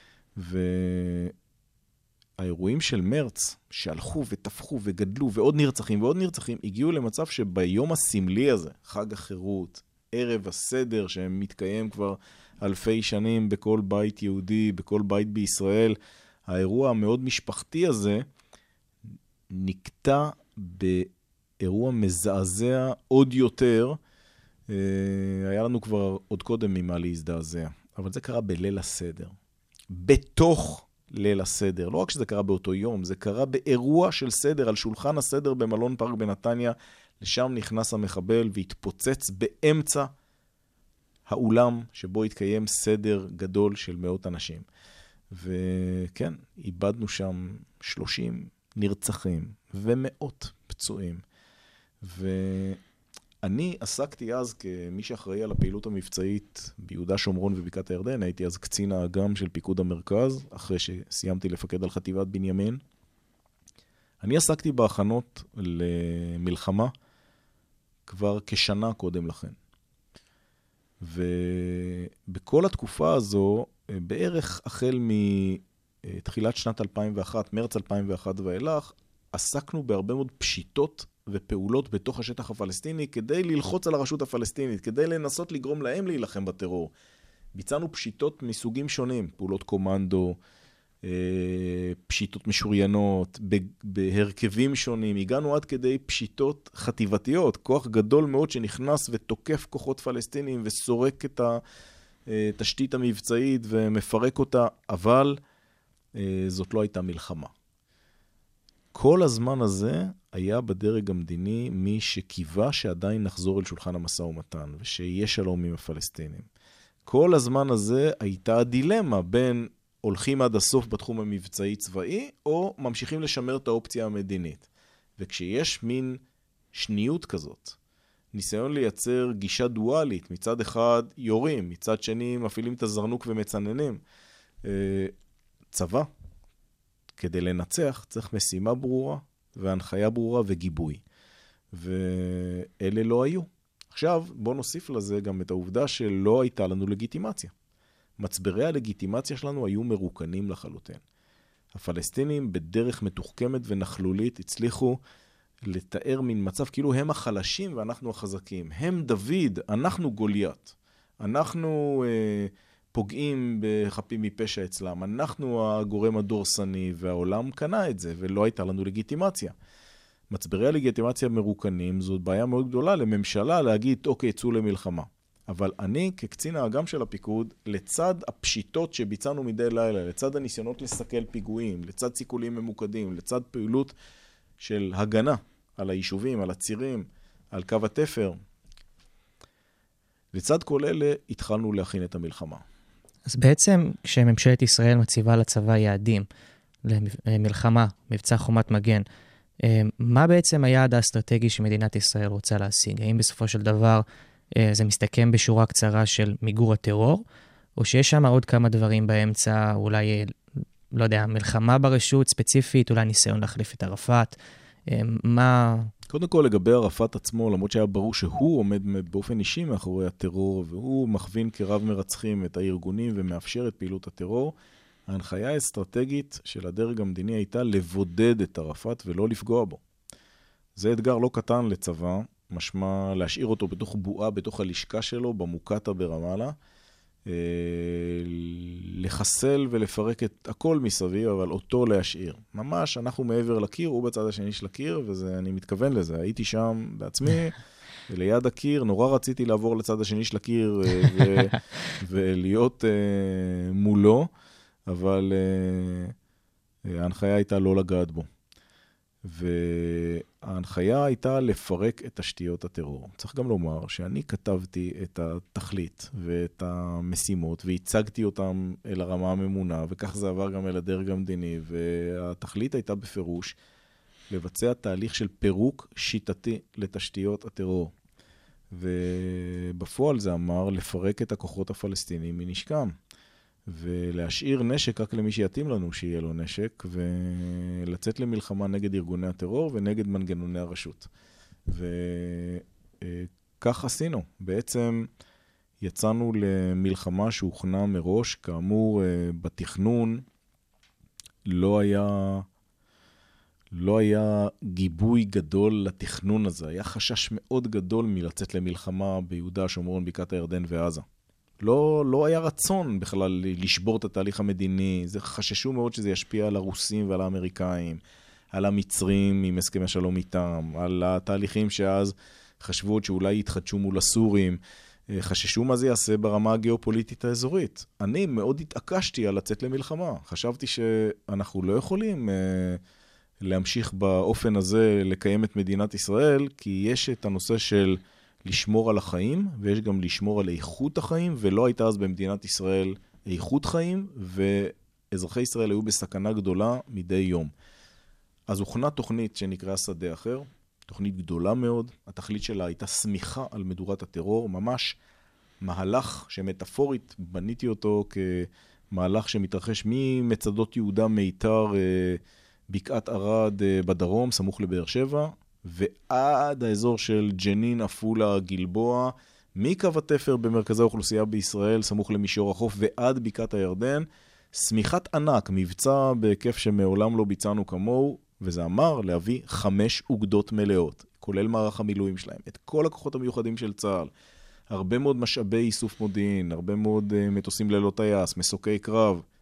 והאירועים של מרץ, שהלכו ותפחו וגדלו ועוד נרצחים ועוד נרצחים, הגיעו למצב שביום הסמלי הזה, חג החירות, ערב הסדר שמתקיים כבר אלפי שנים בכל בית יהודי, בכל בית בישראל, האירוע המאוד משפחתי הזה נקטע ב... אירוע מזעזע עוד יותר, היה לנו כבר עוד קודם ממה להזדעזע, אבל זה קרה בליל הסדר. בתוך ליל הסדר, לא רק שזה קרה באותו יום, זה קרה באירוע של סדר, על שולחן הסדר במלון פארק בנתניה, לשם נכנס המחבל והתפוצץ באמצע האולם שבו התקיים סדר גדול של מאות אנשים. וכן, איבדנו שם שלושים נרצחים ומאות פצועים. ואני עסקתי אז כמי שאחראי על הפעילות המבצעית ביהודה שומרון ובקעת הירדן, הייתי אז קצין האג"ם של פיקוד המרכז, אחרי שסיימתי לפקד על חטיבת בנימין. אני עסקתי בהכנות למלחמה כבר כשנה קודם לכן. ובכל התקופה הזו, בערך החל מתחילת שנת אלפיים ואחת, מרץ אלפיים ואחת ואילך, עסקנו בהרבה מאוד פשיטות ופעולות בתוך השטח הפלסטיני כדי ללחוץ על הרשות הפלסטינית, כדי לנסות לגרום להם להילחם בטרור. ביצענו פשיטות מסוגים שונים, פעולות קומנדו, פשיטות משוריינות, בהרכבים שונים, הגענו עד כדי פשיטות חטיבתיות, כוח גדול מאוד שנכנס ותוקף כוחות פלסטינים וסורק את התשתית המבצעית ומפרק אותה, אבל זאת לא הייתה מלחמה. כל הזמן הזה היה בדרג המדיני מי שקיווה שעדיין נחזור אל שולחן המשא ומתן ושיהיה שלום עם הפלסטינים. כל הזמן הזה הייתה הדילמה בין הולכים עד הסוף בתחום המבצעי צבאי, או ממשיכים לשמר את האופציה המדינית. וכשיש מין שניות כזאת, ניסיון לייצר גישה דואלית, מצד אחד יורים, מצד שני מפעילים את הזרנוק ומצננים. צבא, כדי לנצח, צריך משימה ברורה, והנחיה ברורה וגיבוי. ואלה לא היו. עכשיו, בוא נוסיף לזה גם את העובדה שלא הייתה לנו לגיטימציה. מצברי הלגיטימציה שלנו היו מרוקנים לחלוטין. הפלסטינים בדרך מתוחכמת ונחלולית הצליחו לתאר מין מצב כאילו הם החלשים ואנחנו החזקים. הם דוד, אנחנו גוליית. אנחנו אה, פוגעים בחפים מפשע אצלם. אנחנו הגורם הדורסני והעולם קנה את זה ולא הייתה לנו לגיטימציה. מצברי הלגיטימציה מרוקנים זאת בעיה מאוד גדולה לממשלה להגיד אוקיי, צאו למלחמה. אבל אני, כקצין האג"ם של הפיקוד, לצד הפשיטות שביצענו מדי לילה, לצד הניסיונות לסכל פיגועים, לצד סיכולים ממוקדים, לצד פעילות של הגנה על היישובים, על הצירים, על קו התפר, לצד כל אלה התחלנו להכין את המלחמה. אז בעצם כשממשלת ישראל מציבה לצבא יעדים למלחמה, מבצע חומת מגן, מה בעצם היעד האסטרטגי שמדינת ישראל רוצה להשיג? האם בסופו של דבר זה מסתכם בשורה קצרה של מיגור הטרור, או שיש שם עוד כמה דברים באמצע, אולי, לא יודע, מלחמה ברשות ספציפית, אולי ניסיון להחליף את ערפאת, מה... קודם כל לגבי ערפאת עצמו, למרות שהיה ברור שהוא עומד באופן אישי מאחורי הטרור, והוא מכווין כרב מרצחים את הארגונים ומאפשר את פעילות הטרור, ההנחיה האסטרטגית של הדרג המדיני הייתה לבודד את ערפאת ולא לפגוע בו. זה אתגר לא קטן לצבא, משמע להשאיר אותו בתוך בועה, בתוך הלשכה שלו, במוקטה ברמאללה, לחסל ולפרק את הכל מסביב, אבל אותו להשאיר. ממש, אנחנו מעבר לקיר, הוא בצד השני של הקיר, ואני מתכוון לזה. הייתי שם בעצמי, ליד הקיר, נורא רציתי לעבור לצד השני של הקיר ו- ולהיות uh, מולו, אבל uh, ההנחיה הייתה לא לגעת בו. וההנחיה הייתה לפרק את תשתיות הטרור. צריך גם לומר שאני כתבתי את התכלית ואת המשימות והצגתי אותם אל הרמה הממונה, וכך זה עבר גם אל הדרג המדיני, והתכלית הייתה בפירוש לבצע תהליך של פירוק שיטתי לתשתיות הטרור. ובפועל זה אמר לפרק את הכוחות הפלסטינים מנשקם. ולהשאיר נשק רק למי שיתאים לנו שיהיה לו נשק, ולצאת למלחמה נגד ארגוני הטרור ונגד מנגנוני הרשות. וכך עשינו. בעצם יצאנו למלחמה שהוכנה מראש, כאמור בתכנון לא היה, לא היה גיבוי גדול לתכנון הזה. היה חשש מאוד גדול מלצאת למלחמה ביהודה, שומרון, בקעת הירדן ועזה. לא, לא היה רצון בכלל לשבור את התהליך המדיני, זה חששו מאוד שזה ישפיע על הרוסים ועל האמריקאים, על המצרים עם הסכמי השלום איתם, על התהליכים שאז חשבו שאולי יתחדשו מול הסורים, חששו מה זה יעשה ברמה הגיאופוליטית האזורית. אני מאוד התעקשתי על לצאת למלחמה, חשבתי שאנחנו לא יכולים להמשיך באופן הזה לקיים את מדינת ישראל, כי יש את הנושא של לשמור על החיים, ויש גם לשמור על איכות החיים, ולא הייתה אז במדינת ישראל איכות חיים, ואזרחי ישראל היו בסכנה גדולה מדי יום. אז הוכנה תוכנית שנקרא שדה אחר, תוכנית גדולה מאוד, התכלית שלה הייתה סמיכה על מדורת הטרור, ממש מהלך שמטאפורית בניתי אותו כמהלך שמתרחש ממצדות יהודה, מיתר, בקעת ערד בדרום, סמוך לבאר שבע, ועד האזור של ג'נין, אפולה, גלבוע, מקו התפר במרכזי האוכלוסייה בישראל, סמוך למישור החוף, ועד בקעת הירדן, סמיכת ענק, מבצע בהיקף שמעולם לא ביצענו כמוהו, וזה אמר להביא חמש אוגדות מלאות, כולל מערך המילואים שלהם, את כל הכוחות המיוחדים של צה"ל, הרבה מאוד משאבי איסוף מודיעין, הרבה מאוד uh, מטוסים ללא טייס, מסוקי קרב,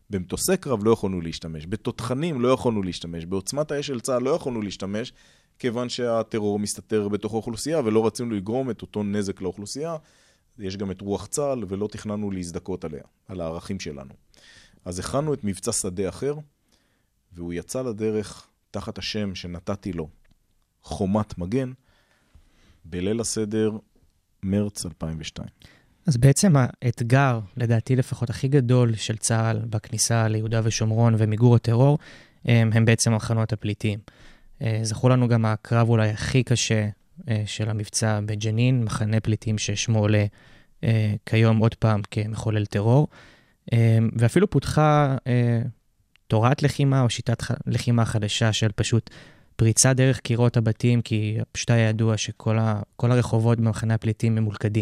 במטוסי קרב לא יכולנו להשתמש, בתותחנים לא יכולנו להשתמש, בעוצמת האש של צה"ל לא יכולנו להשתמש, כיוון שהטרור מסתתר בתוך האוכלוסייה, ולא רצינו לגרום את אותו נזק לאוכלוסייה. יש גם את רוח צה"ל, ולא תכננו להזדכות עליה, על הערכים שלנו. אז הכנו את מבצע שדה אחר, והוא יצא לדרך תחת השם שנתתי לו, חומת מגן, בליל הסדר, מרץ אלפיים ושתיים. אז בעצם האתגר, לדעתי לפחות הכי גדול של צה"ל בכניסה ליהודה ושומרון ומיגור הטרור, הם בעצם מחנות הפליטים. זכו לנו גם הקרב אולי הכי קשה של המבצע בג'נין, מחנה פליטים ששמו עולה כיום עוד פעם כמחולל טרור, ואפילו פותחה תורת לחימה או שיטת לחימה חדשה של פשוט פריצה דרך קירות הבתים, כי פשוט היה ידוע שכל ה, כל הרחובות במחנה הפליטים ממולכדים.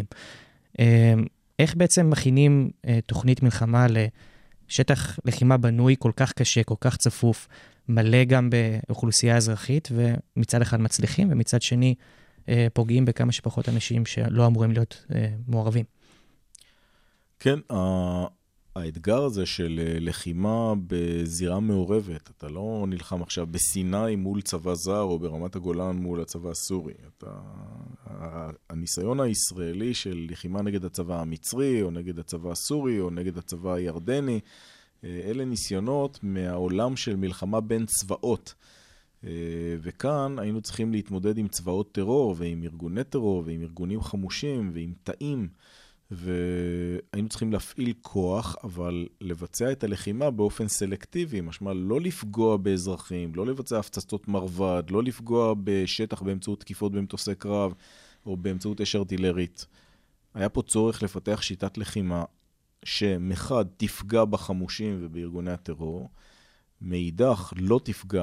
איך בעצם מכינים תוכנית מלחמה לשטח לחימה בנוי כל כך קשה, כל כך צפוף, מלא גם באוכלוסייה אזרחית, ומצד אחד מצליחים, ומצד שני פוגעים בכמה שפחות אנשים שלא אמורים להיות מעורבים? כן, האתגר הזה של לחימה בזירה מעורבת, אתה לא נלחם עכשיו בסיני מול צבא זר או ברמת הגולן מול הצבא הסורי. אתה, הניסיון הישראלי של לחימה נגד הצבא המצרי או נגד הצבא הסורי או נגד הצבא הירדני, אלה ניסיונות מהעולם של מלחמה בין צבאות. וכאן היינו צריכים להתמודד עם צבאות טרור ועם ארגוני טרור ועם ארגונים חמושים ועם תאים, והיינו צריכים להפעיל כוח, אבל לבצע את הלחימה באופן סלקטיבי, משמע לא לפגוע באזרחים, לא לבצע הפצצות מרבד, לא לפגוע בשטח באמצעות תקיפות במטוסי קרב או באמצעות אש ארטילרית. היה פה צורך לפתח שיטת לחימה שמחד תפגע בחמושים ובארגוני הטרור, מאידך לא תפגע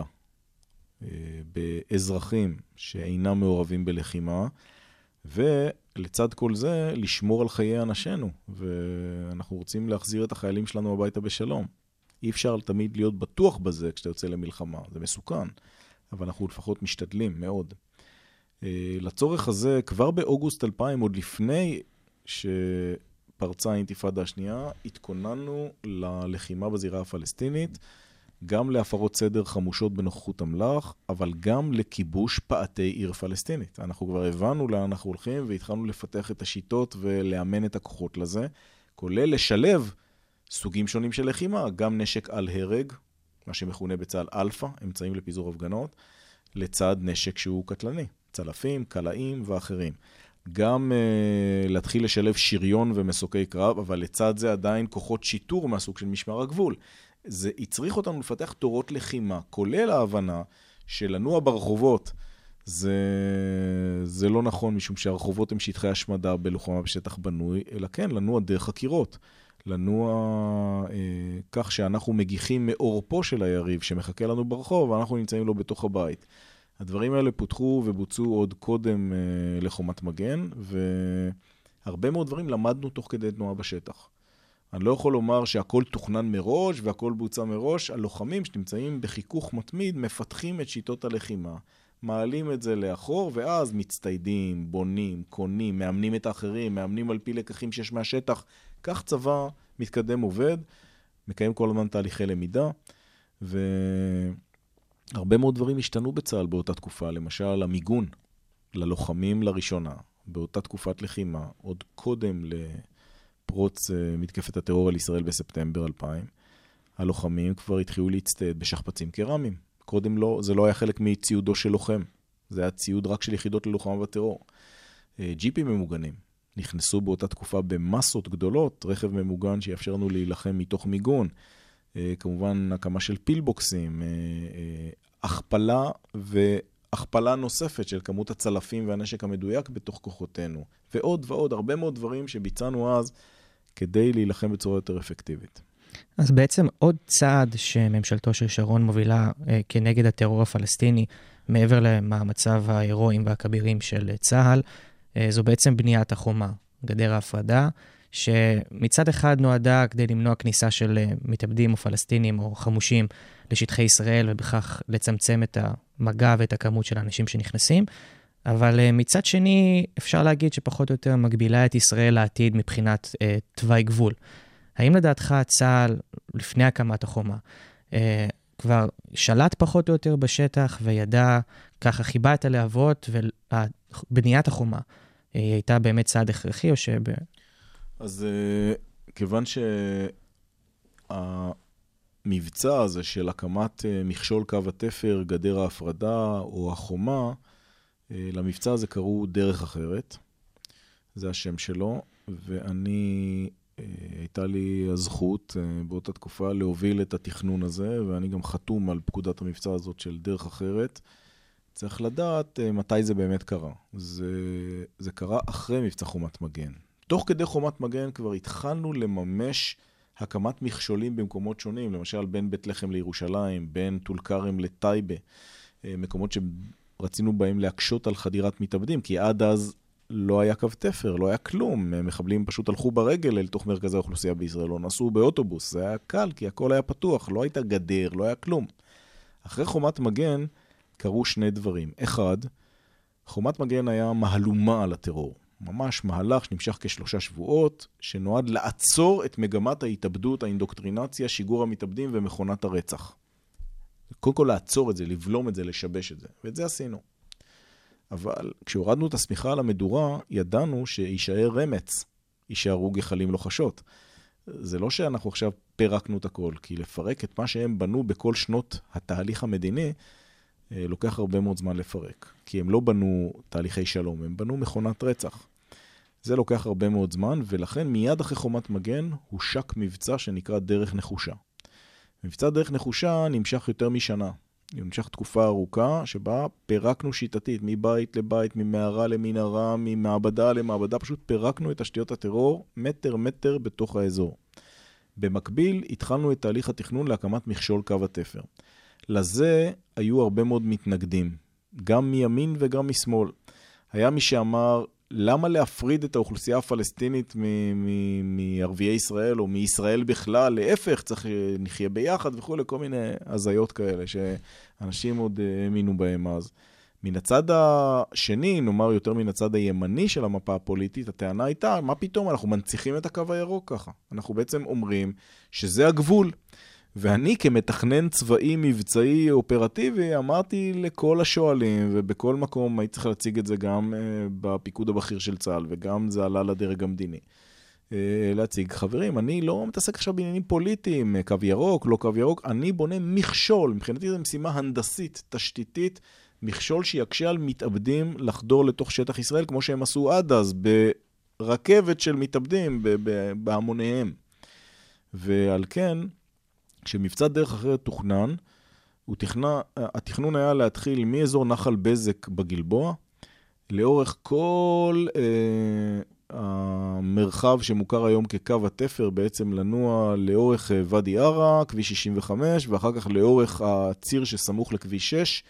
באזרחים שאינם מעורבים בלחימה, ולצד כל זה לשמור על חיי אנשינו, ואנחנו רוצים להחזיר את החיילים שלנו הביתה בשלום. אי אפשר תמיד להיות בטוח בזה כשאתה יוצא למלחמה, זה מסוכן, אבל אנחנו לפחות משתדלים מאוד. לצורך הזה, כבר באוגוסט אלפיים, עוד לפני שפרצה האינתיפאדה השנייה, התכוננו ללחימה בזירה הפלסטינית, גם להפרות סדר חמושות בנוכחות אמל"ח, אבל גם לכיבוש פעתי עיר פלסטינית. אנחנו כבר הבנו לאן אנחנו הולכים, והתחלנו לפתח את השיטות ולאמן את הכוחות לזה, כולל לשלב סוגים שונים של לחימה, גם נשק על הרג, מה שמכונה בצה"ל אלפא, אמצעים לפיזור הפגנות, לצד נשק שהוא קטלני, צלפים, קלעים ואחרים. גם uh, להתחיל לשלב שריון ומסוקי קרב, אבל לצד זה עדיין כוחות שיטור מהסוג של משמר הגבול. זה יצריך אותנו לפתח תורות לחימה, כולל ההבנה שלנוע ברחובות, זה, זה לא נכון, משום שהרחובות הם שטחי השמדה בלוחמה בשטח בנוי, אלא כן, לנוע דרך הקירות, לנוע אה, כך שאנחנו מגיחים מאורפו של היריב שמחכה לנו ברחוב, ואנחנו נמצאים לו בתוך הבית. הדברים האלה פותחו ובוצעו עוד קודם אה, לחומת מגן, והרבה מאוד דברים למדנו תוך כדי תנועה בשטח. אני לא יכול לומר שהכל תוכנן מראש והכל בוצע מראש. הלוחמים שנמצאים בחיכוך מתמיד מפתחים את שיטות הלחימה, מעלים את זה לאחור, ואז מצטיידים, בונים, קונים, מאמנים את האחרים, מאמנים על פי לקחים שיש מהשטח. כך צבא מתקדם עובד, מקיים כל הזמן תהליכי למידה, והרבה מאוד דברים השתנו בצה"ל באותה תקופה. למשל, המיגון ללוחמים לראשונה, באותה תקופת לחימה, עוד קודם ל... פרוץ מתקפת הטרור על ישראל בספטמבר אלפיים, הלוחמים כבר התחילו להצטייד בשכפ"צים קרמיים. קודם לא, זה לא היה חלק מציודו של לוחם. זה היה ציוד רק של יחידות ללוחמה בטרור. ג'יפים ממוגנים נכנסו באותה תקופה במסות גדולות, רכב ממוגן שיאפשר לנו להילחם מתוך מיגון. כמובן, הקמה של פילבוקסים, הכפלה והכפלה נוספת של כמות הצלפים והנשק המדויק בתוך כוחותינו. ועוד ועוד, הרבה מאוד דברים שביצענו אז כדי להילחם בצורה יותר אפקטיבית. אז בעצם עוד צעד שממשלתו של שרון מובילה אה, כנגד הטרור הפלסטיני, מעבר למאמציו ההירואיים והכבירים של צה"ל, אה, זו בעצם בניית החומה, גדר ההפרדה, שמצד אחד נועדה כדי למנוע כניסה של אה, מתאבדים או פלסטינים או חמושים לשטחי ישראל, ובכך לצמצם את המגע ואת הכמות של האנשים שנכנסים, אבל uh, מצד שני אפשר להגיד שפחות או יותר מגבילה את ישראל לעתיד מבחינת uh, תוואי גבול. האם לדעתך צה"ל לפני הקמת החומה, כבר שלט פחות או יותר בשטח, וידע, ככה חיבה את הלהבות, ובניית החומה היא הייתה באמת צעד הכרחי, או שב... אז כיוון שהמבצע הזה של הקמת מכשול קו התפר, גדר ההפרדה או החומה, למבצע הזה קראו דרך אחרת. זה השם שלו, ואני, הייתה לי הזכות באותה תקופה להוביל את התכנון הזה, ואני גם חתום על פקודת המבצע הזאת של דרך אחרת. צריך לדעת מתי זה באמת קרה. זה, זה קרה אחרי מבצע חומת מגן. תוך כדי חומת מגן כבר התחלנו לממש הקמת מכשולים במקומות שונים, למשל בין בית לחם לירושלים, בין טול כרם לטייבה, מקומות שרצינו בהם להקשות על חדירת מתאבדים, כי עד אז לא היה קו תפר, לא היה כלום. מחבלים פשוט הלכו ברגל אל תוך מרכזי האוכלוסייה בישראל, לא נסעו באוטובוס, זה היה קל, כי הכל היה פתוח, לא הייתה גדר, לא היה כלום. אחרי חומת מגן קרו שני דברים. אחד, חומת מגן היה מהלומה על הטרור. ממש מהלך שנמשך כשלושה שבועות, שנועד לעצור את מגמת ההתאבדות, האינדוקטרינציה, שיגור המתאבדים ומכונת הרצח. קודם כל לעצור את זה, לבלום את זה, לשבש את זה. ואת זה עשינו. אבל כשהורדנו את הסמיכה על המדורה, ידענו שישאר רמץ, יישארו גחלים לוחשות. זה לא שאנחנו עכשיו פרקנו את הכל, כי לפרק את מה שהם בנו בכל שנות התהליך המדיני, לוקח הרבה מאוד זמן לפרק. כי הם לא בנו תהליכי שלום, הם בנו מכונת רצח. זה לוקח הרבה מאוד זמן, ולכן מיד אחרי חומת מגן הושק מבצע שנקרא דרך נחושה. מבצע דרך נחושה נמשך יותר משנה. נמשך תקופה ארוכה שבה פרקנו שיטתית, מבית לבית, ממערה למנהרה, ממעבדה למעבדה, פשוט פרקנו את תשתיות הטרור מטר מטר בתוך האזור. במקביל התחלנו את תהליך התכנון להקמת מכשול קו התפר. לזה היו הרבה מאוד מתנגדים, גם מימין וגם משמאל. היה מי שאמר, למה להפריד את האוכלוסייה הפלסטינית מערביי ישראל או מישראל בכלל? להפך, צריך נחיה ביחד וכו', לכל מיני הזיות כאלה שאנשים עוד האמינו בהם אז. מן הצד השני, נאמר יותר מן הצד הימני של המפה הפוליטית, הטענה הייתה, מה פתאום? אנחנו מנציחים את הקו הירוק ככה. אנחנו בעצם אומרים שזה הגבול. ואני כמתכנן צבאי, מבצעי, אופרטיבי, אמרתי לכל השואלים, ובכל מקום הייתי צריך להציג את זה גם בפיקוד הבכיר של צה"ל, וגם זה עלה לדרג המדיני. להציג, חברים, אני לא מתעסק עכשיו בעניינים פוליטיים, קו ירוק, לא קו ירוק, אני בונה מכשול, מבחינתי זו משימה הנדסית, תשתיתית, מכשול שיקשה על מתאבדים לחדור לתוך שטח ישראל, כמו שהם עשו עד אז, ברכבת של מתאבדים, בהמוניהם. ועל כן, כשמבצע דרך אחרת תוכנן, הוא תכנן, התכנון היה להתחיל מאזור נחל בזק בגלבוע, לאורך כל אה, המרחב שמוכר היום כקו התפר, בעצם לנוע לאורך ודי ערה, כביש שישים וחמש, ואחר כך לאורך הציר שסמוך לכביש שש,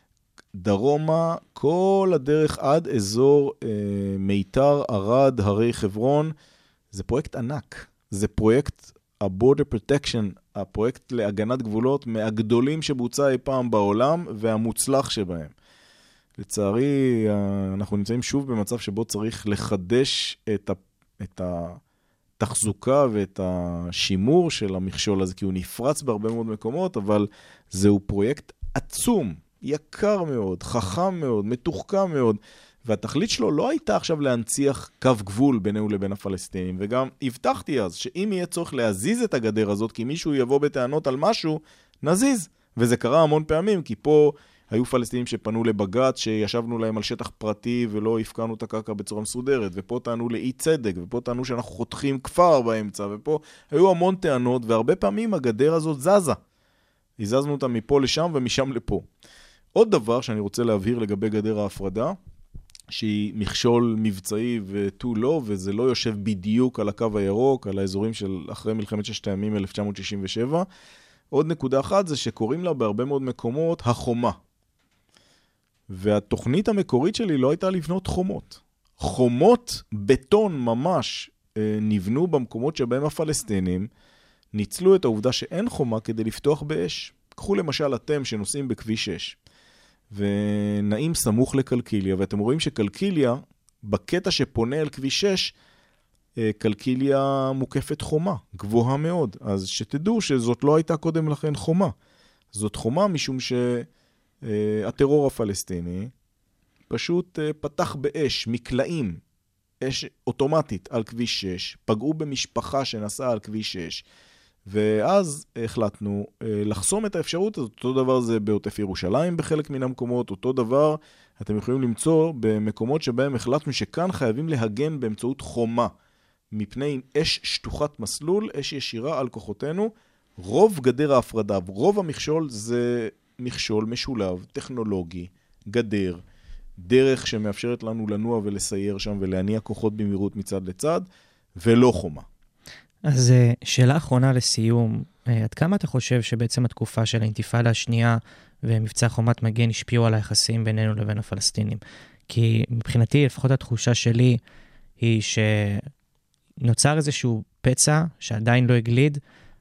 דרומה, כל הדרך עד אזור אה, מיתר, ערד, הרי חברון. זה פרויקט ענק, זה פרויקט ה-Border Protection, הפרויקט להגנת גבולות מהגדולים שבוצע אי פעם בעולם והמוצלח שבהם. לצערי, אנחנו נמצאים שוב במצב שבו צריך לחדש את, ה, את התחזוקה ואת השימור של המכשול הזה, כי הוא נפרץ בהרבה מאוד מקומות, אבל זהו פרויקט עצום, יקר מאוד, חכם מאוד, מתוחכם מאוד, והתכלית שלו לא הייתה עכשיו להנציח קו גבול בינינו לבין הפלסטינים, וגם הבטחתי אז שאם יהיה צורך להזיז את הגדר הזאת, כי מישהו יבוא בטענות על משהו, נזיז. וזה קרה המון פעמים, כי פה היו פלסטינים שפנו לבג"ץ, שישבנו להם על שטח פרטי ולא הפקענו את הקרקע בצורה מסודרת, ופה טענו לאי צדק, ופה טענו שאנחנו חותכים כפר באמצע, ופה היו המון טענות, והרבה פעמים הגדר הזאת זזה. הזזנו אותה מפה לשם ומשם לפה. עוד דבר שאני רוצה להבהיר לגבי גדר ההפרדה, שהיא מכשול מבצעי ותו לא, וזה לא יושב בדיוק על הקו הירוק, על האזורים של אחרי מלחמת ששת הימים אלף תשע מאות שישים ושבע. עוד נקודה אחת זה שקוראים לה בהרבה מאוד מקומות החומה. והתוכנית המקורית שלי לא הייתה לבנות חומות. חומות בטון ממש נבנו במקומות שבהם הפלסטינים ניצלו את העובדה שאין חומה כדי לפתוח באש. קחו למשל אתם שנוסעים בכביש שש. ונעים סמוך לקלקיליה, ואתם רואים שקלקיליה, בקטע שפונה אל כביש שש, קלקיליה מוקפת חומה, גבוהה מאוד. אז שתדעו שזאת לא הייתה קודם לכן חומה. זאת חומה משום שהטרור הפלסטיני פשוט פתח באש, מקלעים, אש אוטומטית על כביש שש, פגעו במשפחה שנסעה על כביש שש, ואז החלטנו לחסום את האפשרות הזאת. אותו דבר זה בעוטף ירושלים בחלק מן המקומות, אותו דבר אתם יכולים למצוא במקומות שבהם החלטנו שכאן חייבים להגן באמצעות חומה, מפני אש שטוחת מסלול, אש ישירה על כוחותינו. רוב גדר ההפרדה, רוב המכשול זה מכשול משולב, טכנולוגי, גדר, דרך שמאפשרת לנו לנוע ולסייר שם ולהניע כוחות במהירות מצד לצד, ולא חומה. אז שאלה אחרונה לסיום, עד כמה אתה חושב שבעצם התקופה של האינתיפאדה השנייה ומבצע חומת מגן השפיעו על היחסים בינינו לבין הפלסטינים? כי מבחינתי, לפחות התחושה שלי, היא שנוצר איזשהו פצע שעדיין לא הגליד,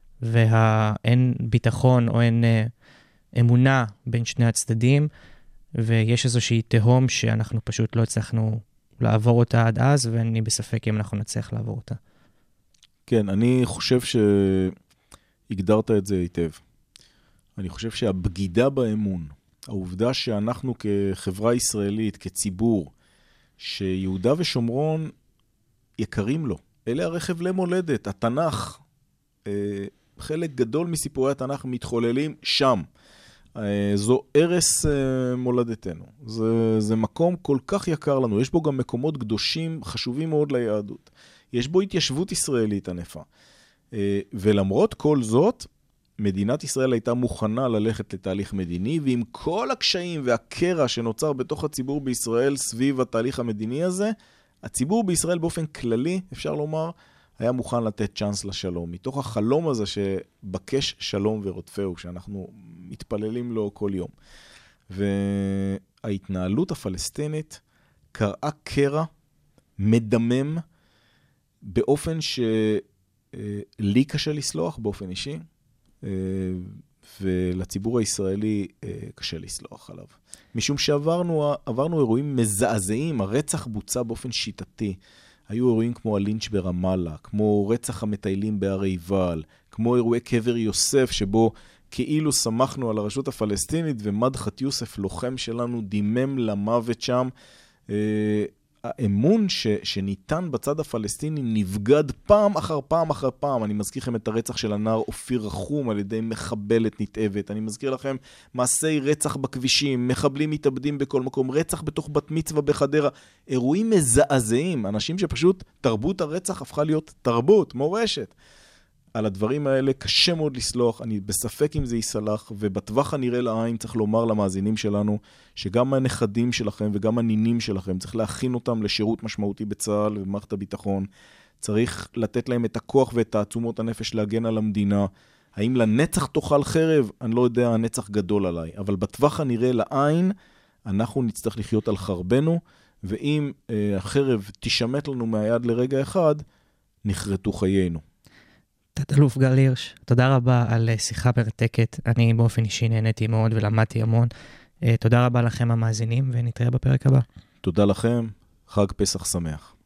ואין ביטחון או אין אמונה בין שני הצדדים, ויש איזושהי תהום שאנחנו פשוט לא הצלחנו לעבור אותה עד אז, ואני בספק אם אנחנו נצליח לעבור אותה. כן, אני חושב שהגדרת את זה היטב. אני חושב שהבגידה באמון, העובדה שאנחנו כחברה ישראלית, כציבור, שיהודה ושומרון יקרים לו, אלה הרכב למולדת, התנ"ך, חלק גדול מסיפורי התנ"ך מתחוללים שם. זו ערש מולדתנו. זה, זה מקום כל כך יקר לנו. יש בו גם מקומות קדושים חשובים מאוד ליהדות. יש בו התיישבות ישראלית ענפה. ולמרות כל זאת, מדינת ישראל הייתה מוכנה ללכת לתהליך מדיני, ועם כל הקשיים והקרע שנוצר בתוך הציבור בישראל סביב התהליך המדיני הזה, הציבור בישראל באופן כללי, אפשר לומר, היה מוכן לתת צ'אנס לשלום. מתוך החלום הזה שבקש שלום ורודפהו, שאנחנו מתפללים לו כל יום. וההתנהלות הפלסטינית קראה קרע, מדמם, באופן שלי קשה לסלוח, באופן אישי, ולציבור הישראלי קשה לסלוח עליו. משום שעברנו עברנו אירועים מזעזעים, הרצח בוצע באופן שיטתי, היו אירועים כמו הלינץ' ברמאללה, כמו רצח המטיילים בהר עיבל, כמו אירועי קבר יוסף, שבו כאילו שמחנו על הרשות הפלסטינית, ומדחת יוסף, לוחם שלנו, דימם למוות שם. האמון ש, שניתן בצד הפלסטיני נבגד פעם אחר פעם אחר פעם. אני מזכיר לכם את הרצח של הנער אופיר רחום על ידי מחבלת נתאבת. אני מזכיר לכם מעשי רצח בכבישים, מחבלים מתאבדים בכל מקום, רצח בתוך בת מצווה בחדרה. אירועים מזעזעים, אנשים שפשוט תרבות הרצח הפכה להיות תרבות, מורשת. על הדברים האלה קשה מאוד לסלוח, אני בספק אם זה יסלח, ובטווח הנראה לעין צריך לומר למאזינים שלנו, שגם הנכדים שלכם וגם הנינים שלכם, צריך להכין אותם לשירות משמעותי בצה"ל ובמערכת הביטחון, צריך לתת להם את הכוח ואת תעצומות הנפש להגן על המדינה. האם לנצח תאכל חרב? אני לא יודע, הנצח גדול עליי, אבל בטווח הנראה לעין, אנחנו נצטרך לחיות על חרבנו, ואם אה, החרב תשמט לנו מהיד לרגע אחד, נחרטו חיינו. תת-אלוף גל הירש, תודה רבה על שיחה מרתקת. אני באופן אישי נהניתי מאוד ולמדתי המון. תודה רבה לכם המאזינים, ונתראה בפרק הבא. תודה לכם, חג פסח שמח.